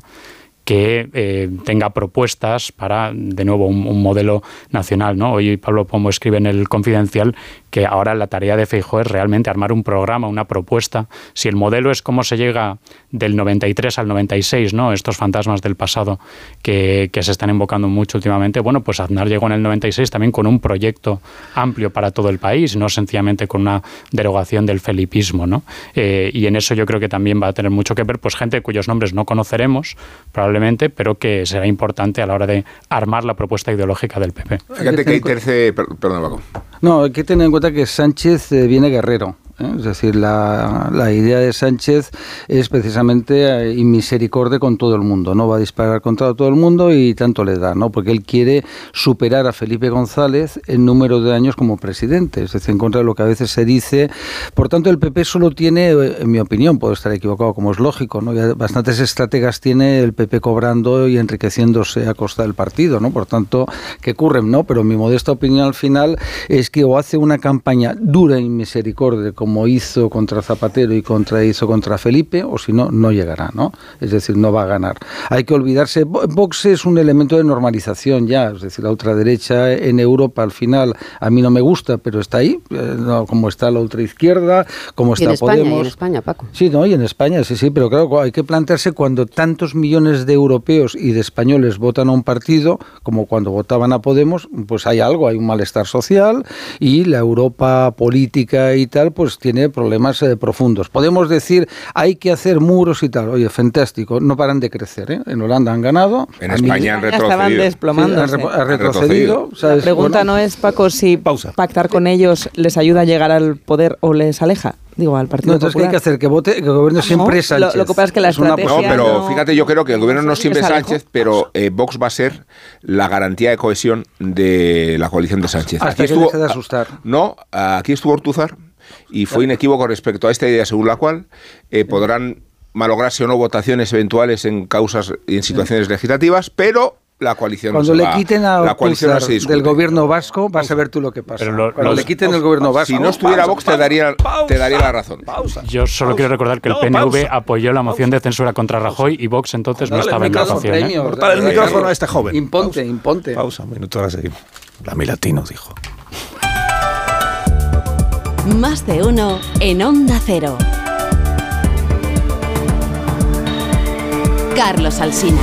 que eh, tenga propuestas para, de nuevo, un, un modelo nacional, ¿no? Hoy Pablo Pombo escribe en el Confidencial que ahora la tarea de Feijóo es realmente armar un programa, una propuesta. Si el modelo es cómo se llega del noventa y tres al noventa y seis, ¿no? Estos fantasmas del pasado que, que se están invocando mucho últimamente, bueno, pues Aznar llegó en el noventa y seis también con un proyecto amplio para todo el país, no sencillamente con una derogación del felipismo, ¿no? Eh, y en eso yo creo que también va a tener mucho que ver, pues gente cuyos nombres no conoceremos, probablemente, pero que será importante a la hora de armar la propuesta ideológica del P P. Fíjate que hay terce... Perdón, Paco. No, hay que tener en cuenta que Sánchez eh, viene guerrero. ¿eh? Es decir, la, la idea de Sánchez es precisamente eh, inmisericordia con todo el mundo. No va a disparar contra todo el mundo y tanto le da, ¿no? Porque él quiere superar a Felipe González en número de años como presidente. Es decir, en contra de lo que a veces se dice. Por tanto, el P P solo tiene, en mi opinión, puedo estar equivocado, como es lógico, ¿no? Ya bastantes estrategas tiene el P P cobrando y enriqueciéndose a costa del partido, ¿no? Por tanto, que curren, ¿no? Pero mi modesta opinión al final es que o hace una campaña dura y misericordia como hizo contra Zapatero y contra hizo contra Felipe, o si no, no llegará, ¿no? Es decir, no va a ganar. Hay que olvidarse, Vox es un elemento de normalización ya, es decir, la ultraderecha en Europa al final a mí no me gusta, pero está ahí, eh, no, como está la ultraizquierda, como está y en España, Podemos. Y en España, Paco. Sí, no, y en España, sí, sí, pero claro, hay que plantearse cuando tantos millones de europeos y de españoles votan a un partido, como cuando votaban a Podemos, pues hay algo, hay un malestar social y la Europa política y tal, pues tiene problemas eh, profundos. Podemos decir, hay que hacer muros y tal. Oye, fantástico, no paran de crecer, ¿eh? En Holanda han ganado. En España han retrocedido. Estaban desplomándose. Sí, han, re- han retrocedido. ¿Sabes? La pregunta bueno, no es, Paco, si pausa. Pactar con ellos les ayuda a llegar al poder o les aleja. Digo, al Partido no, entonces, Popular. ¿qué hay que hacer? Que vote, que el gobierno siempre no, es Sánchez. Lo, lo que pasa es que la estrategia... No, pero no... fíjate, yo creo que el gobierno no siempre es Sánchez, pero eh, Vox va a ser la garantía de cohesión de la coalición de Sánchez. Hasta aquí que estuvo, deje de asustar. No, aquí estuvo Ortúzar y fue inequívoco respecto a esta idea según la cual eh, podrán malograrse o no votaciones eventuales en causas y en situaciones legislativas, pero... La coalición Cuando no se le va, quiten a la coalición no se del gobierno vasco, vas a ver tú lo que pasa. Pero lo, Cuando los, le quiten pausa, el gobierno vasco... Si no estuviera Vox, te daría, pausa, te daría la razón. Pausa, Yo solo pausa, quiero recordar que el no, P N V pausa, apoyó la moción de censura contra Rajoy y Vox entonces no, no estaba en la moción. ¿eh? Cortar el micrófono a este joven. Imponte, pausa, imponte. Pausa, un minuto, ahora seguimos. La Milatino dijo. Más de uno en Onda Cero. Carlos Alsina.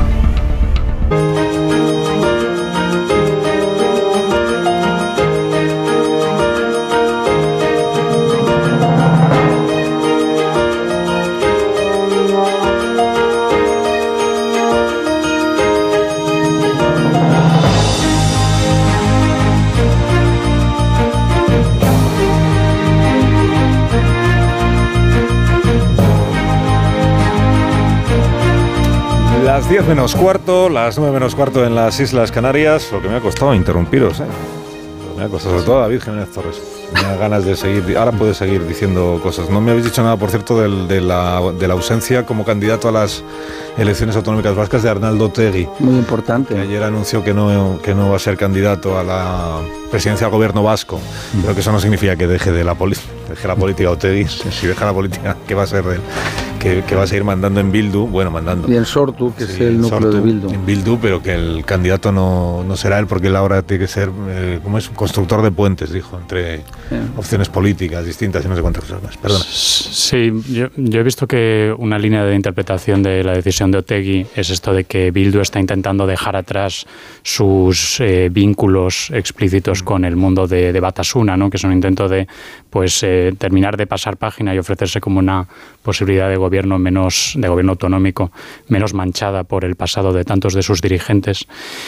Las diez menos cuarto, las nueve menos cuarto en las Islas Canarias, lo que me ha costado interrumpiros, ¿eh? Lo que me ha costado, sobre todo a David Jiménez Torres. Me da ganas de seguir. Ahora puedes seguir diciendo cosas. No me habéis dicho nada, por cierto, del, de, la, de la ausencia como candidato a las elecciones autonómicas vascas de Arnaldo Otegi. Muy importante. Que ayer anunció que no, que no va a ser candidato a la presidencia del gobierno vasco. Mm. Pero que eso no significa que deje de la, deje la política Otegi. Si deja la política, ¿qué va a ser de él? Que, que va a seguir mandando en Bildu, bueno, mandando. Y en Sortu, que sí, es el núcleo Sortu, de Bildu. En Bildu, pero que el candidato no, no será él, porque él ahora tiene que ser, eh, ¿cómo es? Constructor de puentes, dijo, entre sí. opciones políticas distintas y no sé cuántas cosas más. Perdona. Sí, yo, yo he visto que una línea de interpretación de la decisión de Otegi es esto de que Bildu está intentando dejar atrás sus eh, vínculos explícitos mm. con el mundo de, de Batasuna, ¿no? Que es un intento de pues eh, terminar de pasar página y ofrecerse como una posibilidad de gobierno menos, de gobierno autonómico, menos manchada por el pasado de tantos de sus dirigentes.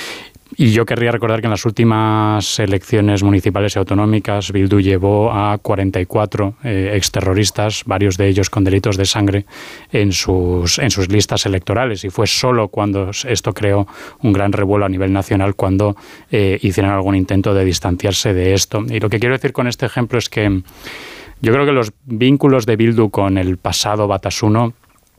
Y yo querría recordar que en las últimas elecciones municipales y autonómicas Bildu llevó a cuarenta y cuatro eh, exterroristas, varios de ellos con delitos de sangre, en sus, en sus listas electorales. Y fue solo cuando esto creó un gran revuelo a nivel nacional cuando eh, hicieron algún intento de distanciarse de esto. Y lo que quiero decir con este ejemplo es que yo creo que los vínculos de Bildu con el pasado batasuno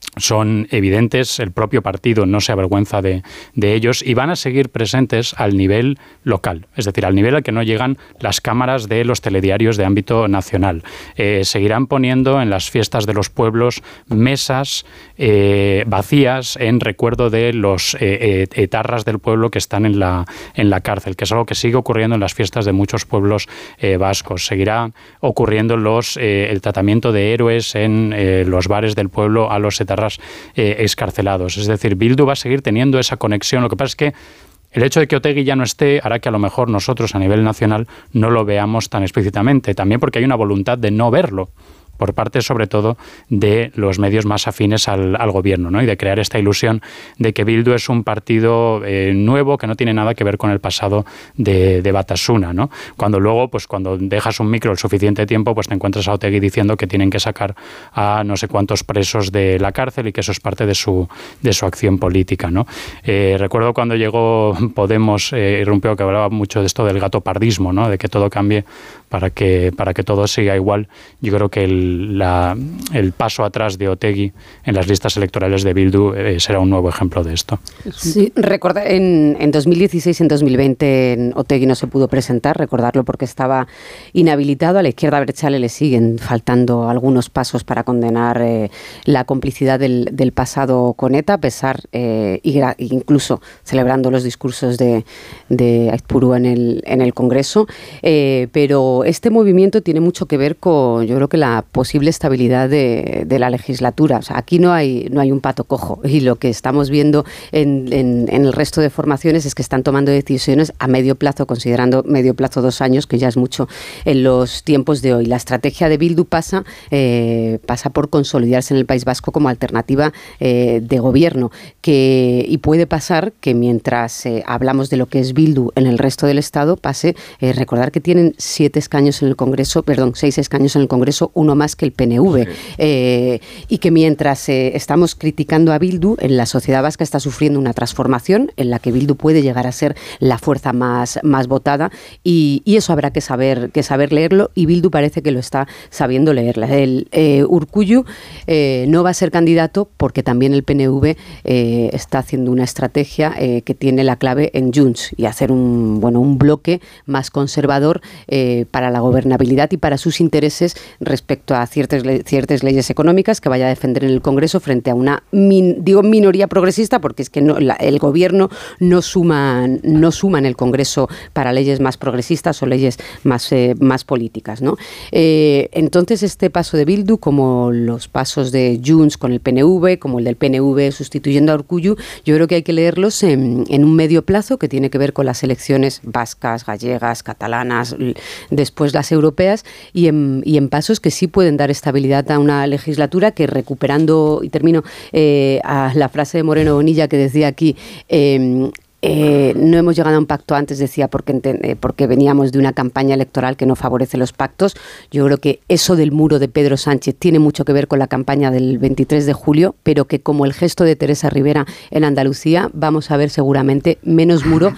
son evidentes, el propio partido no se avergüenza de, de ellos y van a seguir presentes al nivel local, es decir, al nivel al que no llegan las cámaras de los telediarios de ámbito nacional. Eh, seguirán poniendo en las fiestas de los pueblos mesas eh, vacías en recuerdo de los eh, etarras del pueblo que están en la, en la cárcel, que es algo que sigue ocurriendo en las fiestas de muchos pueblos eh, vascos. Seguirá ocurriendo los, eh, el tratamiento de héroes en eh, los bares del pueblo a los etarras Eh, excarcelados. Es decir, Bildu va a seguir teniendo esa conexión. Lo que pasa es que el hecho de que Otegi ya no esté hará que a lo mejor nosotros a nivel nacional no lo veamos tan explícitamente. También porque hay una voluntad de no verlo por parte sobre todo de los medios más afines al, al gobierno, ¿no? Y de crear esta ilusión de que Bildu es un partido eh, nuevo que no tiene nada que ver con el pasado de, de Batasuna, ¿no? Cuando luego, pues cuando dejas un micro el suficiente tiempo, pues te encuentras a Otegi diciendo que tienen que sacar a no sé cuántos presos de la cárcel y que eso es parte de su, de su acción política, ¿no? Eh, recuerdo cuando llegó Podemos, eh, irrumpió, que hablaba mucho de esto del gatopardismo, ¿no? De que todo cambie para que, para que todo siga igual. Yo creo que el La, el paso atrás de Otegi en las listas electorales de Bildu eh, será un nuevo ejemplo de esto. Sí, recordar, en, en dos mil dieciséis y en dos mil veinte en Otegi no se pudo presentar, recordarlo porque estaba inhabilitado. A la izquierda abertzale le siguen faltando algunos pasos para condenar eh, la complicidad del, del pasado con ETA, a pesar, eh, y gra, incluso celebrando los discursos de, de Aizpuru en el, en el Congreso. Eh, pero este movimiento tiene mucho que ver con, yo creo que la posible estabilidad de, de la legislatura. O sea, aquí no hay, no hay un pato cojo y lo que estamos viendo en, en, en el resto de formaciones es que están tomando decisiones a medio plazo, considerando medio plazo dos años, que ya es mucho en los tiempos de hoy. La estrategia de Bildu pasa, eh, pasa por consolidarse en el País Vasco como alternativa eh, de gobierno, que, y puede pasar que mientras eh, hablamos de lo que es Bildu en el resto del Estado, pase, eh, recordar que tienen siete escaños en el Congreso, perdón, seis escaños en el Congreso, uno más que el P N V, sí. eh, y que mientras eh, estamos criticando a Bildu, en la sociedad vasca está sufriendo una transformación en la que Bildu puede llegar a ser la fuerza más, más votada y, y eso habrá que saber, que saber leerlo y Bildu parece que lo está sabiendo leerla. El eh, Urkullu eh, no va a ser candidato porque también el P N V eh, está haciendo una estrategia eh, que tiene la clave en Junts y hacer un, bueno, un bloque más conservador eh, para la gobernabilidad y para sus intereses respecto a ciertas, le ciertas leyes económicas que vaya a defender en el Congreso frente a una min digo minoría progresista porque es que no, la, el gobierno no suma, no suma en el Congreso para leyes más progresistas o leyes más, eh, más políticas, ¿no? Eh, entonces este paso de Bildu, como los pasos de Junts con el P N V, como el del P N V sustituyendo a Urkullu, yo creo que hay que leerlos en, en un medio plazo que tiene que ver con las elecciones vascas, gallegas, catalanas, después las europeas y en, y en pasos que sí pueden dar estabilidad a una legislatura que, recuperando, y termino, eh, a la frase de Moreno Bonilla que decía aquí, eh, Eh, no hemos llegado a un pacto antes, decía, porque, eh, porque veníamos de una campaña electoral que no favorece los pactos. Yo creo que eso del muro de Pedro Sánchez tiene mucho que ver con la campaña del veintitrés de julio, pero que como el gesto de Teresa Rivera en Andalucía, vamos a ver seguramente menos muro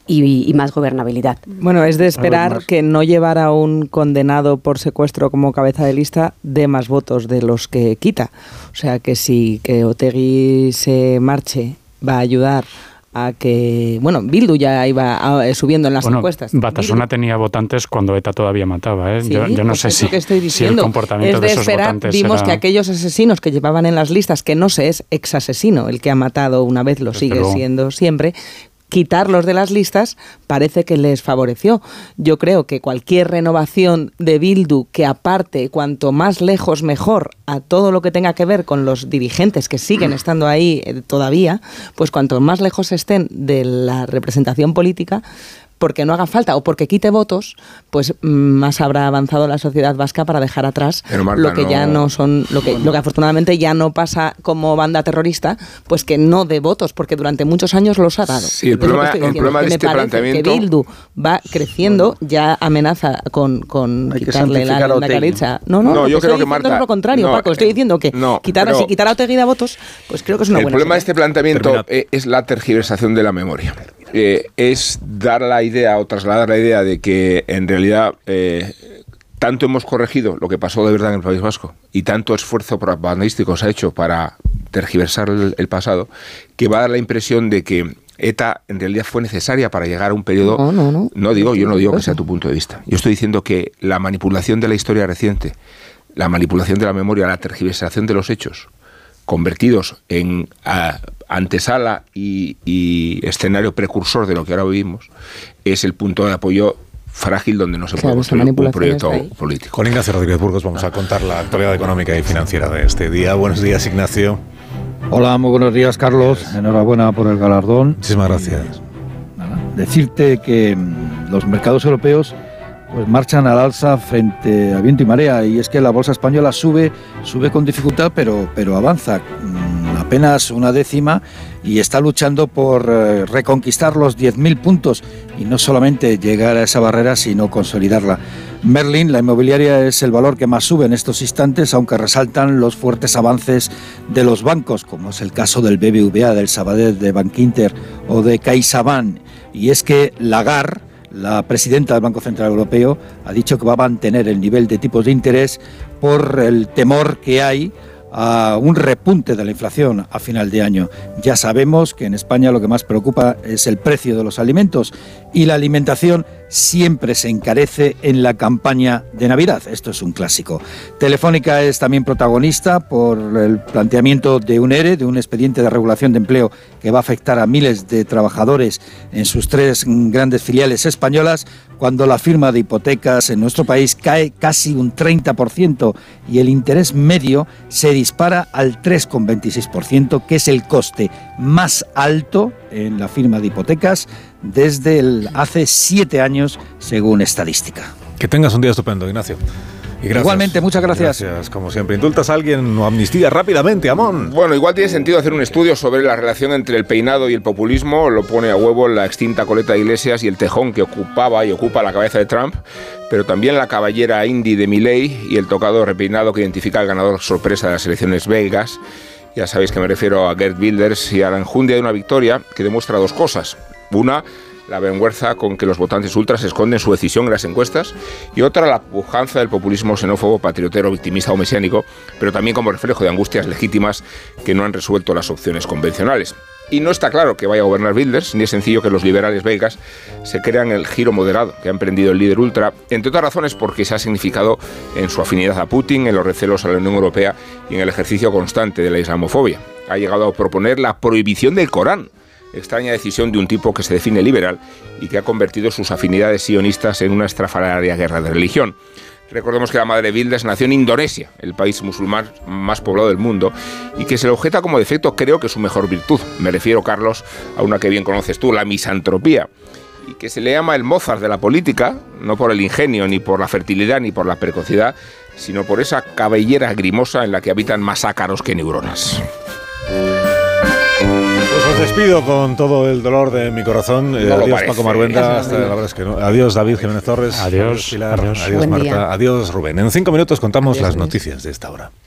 y, y más gobernabilidad. Bueno, es de esperar que no llevar a un condenado por secuestro como cabeza de lista dé más votos de los que quita. O sea que si que Otegi se marche va a ayudar a que, bueno, Bildu ya iba a, subiendo en las bueno, encuestas. Batasuna Bildu. tenía votantes cuando ETA todavía mataba, ¿eh? Sí, yo, yo no pues sé es si, lo que estoy si el comportamiento es de, de esos esperar, votantes vimos era... que aquellos asesinos que llevaban en las listas, que no se es ex asesino, el que ha matado una vez lo Desde sigue luego. siendo siempre, quitarlos de las listas parece que les favoreció. Yo creo que cualquier renovación de Bildu que aparte, cuanto más lejos mejor, a todo lo que tenga que ver con los dirigentes que siguen estando ahí eh, todavía, pues cuanto más lejos estén de la representación política, porque no haga falta o porque quite votos, pues más habrá avanzado la sociedad vasca para dejar atrás Marta, lo que no... ya no son, lo que, bueno. lo que afortunadamente ya no pasa como banda terrorista, pues que no dé votos, porque durante muchos años los ha dado. Sí, el problema, el problema de este planteamiento... que Bildu va creciendo, bueno. ya amenaza con, con quitarle la, la caricha. No, no, no lo yo que creo estoy que Marta... es lo contrario, no, Paco, estoy diciendo que no, quitar, pero... si quitar a Otegi da votos, pues creo que es una el buena El problema señal. de este planteamiento eh, es la tergiversación de la memoria. Eh, es dar la idea o trasladar la idea de que en realidad eh, tanto hemos corregido lo que pasó de verdad en el País Vasco y tanto esfuerzo propagandístico se ha hecho para tergiversar el, el pasado, que va a dar la impresión de que ETA en realidad fue necesaria para llegar a un periodo... No, no, no. No digo, yo no digo que sea tu punto de vista. Yo estoy diciendo que la manipulación de la historia reciente, la manipulación de la memoria, la tergiversación de los hechos, convertidos en a, antesala y, y escenario precursor de lo que ahora vivimos, es el punto de apoyo frágil donde no se claro, puede construir un proyecto político. Con Ignacio Rodríguez Burgos vamos a contar la actualidad económica y financiera de este día. Buenos días, Ignacio. Hola, muy buenos días, Carlos. Enhorabuena por el galardón. Muchísimas gracias. Nada, decirte que los mercados europeos pues marchan al alza frente a viento y marea, y es que la bolsa española sube, sube con dificultad, pero, pero avanza mmm, apenas una décima y está luchando por eh, reconquistar los diez mil puntos y no solamente llegar a esa barrera, sino consolidarla. Merlin, la inmobiliaria, es el valor que más sube en estos instantes, aunque resaltan los fuertes avances de los bancos, como es el caso del B B V A, del Sabadell, de Bankinter o de CaixaBank. Y es que Lagarde, la presidenta del Banco Central Europeo, ha dicho que va a mantener el nivel de tipos de interés por el temor que hay a un repunte de la inflación a final de año. Ya sabemos que en España lo que más preocupa es el precio de los alimentos y la alimentación siempre se encarece en la campaña de Navidad. Esto es un clásico. Telefónica es también protagonista por el planteamiento de un ERE, de un expediente de regulación de empleo que va a afectar a miles de trabajadores en sus tres grandes filiales españolas, cuando la firma de hipotecas en nuestro país cae casi un treinta por ciento y el interés medio se dispara al tres coma veintiséis por ciento, que es el coste más alto en la firma de hipotecas desde el, hace siete años, según estadística. Que tengas un día estupendo, Ignacio. Y gracias. Igualmente, muchas gracias. Gracias, como siempre. ¿Indultas a alguien o amnistía rápidamente, Amón? Bueno, igual tiene sentido hacer un estudio sobre la relación entre el peinado y el populismo. Lo pone a huevo la extinta coleta de Iglesias y el tejón que ocupaba y ocupa la cabeza de Trump, pero también la cabellera indie de Milei y el tocado repeinado que identifica al ganador sorpresa de las elecciones belgas. Ya sabéis que me refiero a Geert Wilders y a la enjundia de una victoria que demuestra dos cosas. Una, la vergüenza con que los votantes ultras esconden su decisión en las encuestas, y otra, la pujanza del populismo xenófobo, patriotero, victimista o mesiánico, pero también como reflejo de angustias legítimas que no han resuelto las opciones convencionales. Y no está claro que vaya a gobernar Wilders, ni es sencillo que los liberales belgas se crean el giro moderado que ha emprendido el líder ultra, entre otras razones porque se ha significado en su afinidad a Putin, en los recelos a la Unión Europea y en el ejercicio constante de la islamofobia. Ha llegado a proponer la prohibición del Corán, extraña decisión de un tipo que se define liberal y que ha convertido sus afinidades sionistas en una estrafalaria guerra de religión. Recordemos que la madre de Wilders nació en Indonesia, el país musulmán más poblado del mundo, y que se le objeta como defecto, creo que su mejor virtud. Me refiero, Carlos, a una que bien conoces tú, la misantropía, y que se le llama el Mozart de la política, no por el ingenio, ni por la fertilidad, ni por la precocidad, sino por esa cabellera grimosa en la que habitan más ácaros que neuronas. Pues os despido con todo el dolor de mi corazón. Eh, No adiós, parece. Paco Maruenda. Hasta, la verdad es que no. Adiós, David Jiménez Torres. Adiós, Pilar. adiós. Adiós, Buen Marta. día. Adiós, Rubén. En cinco minutos contamos Adiós, las Luis. noticias de esta hora.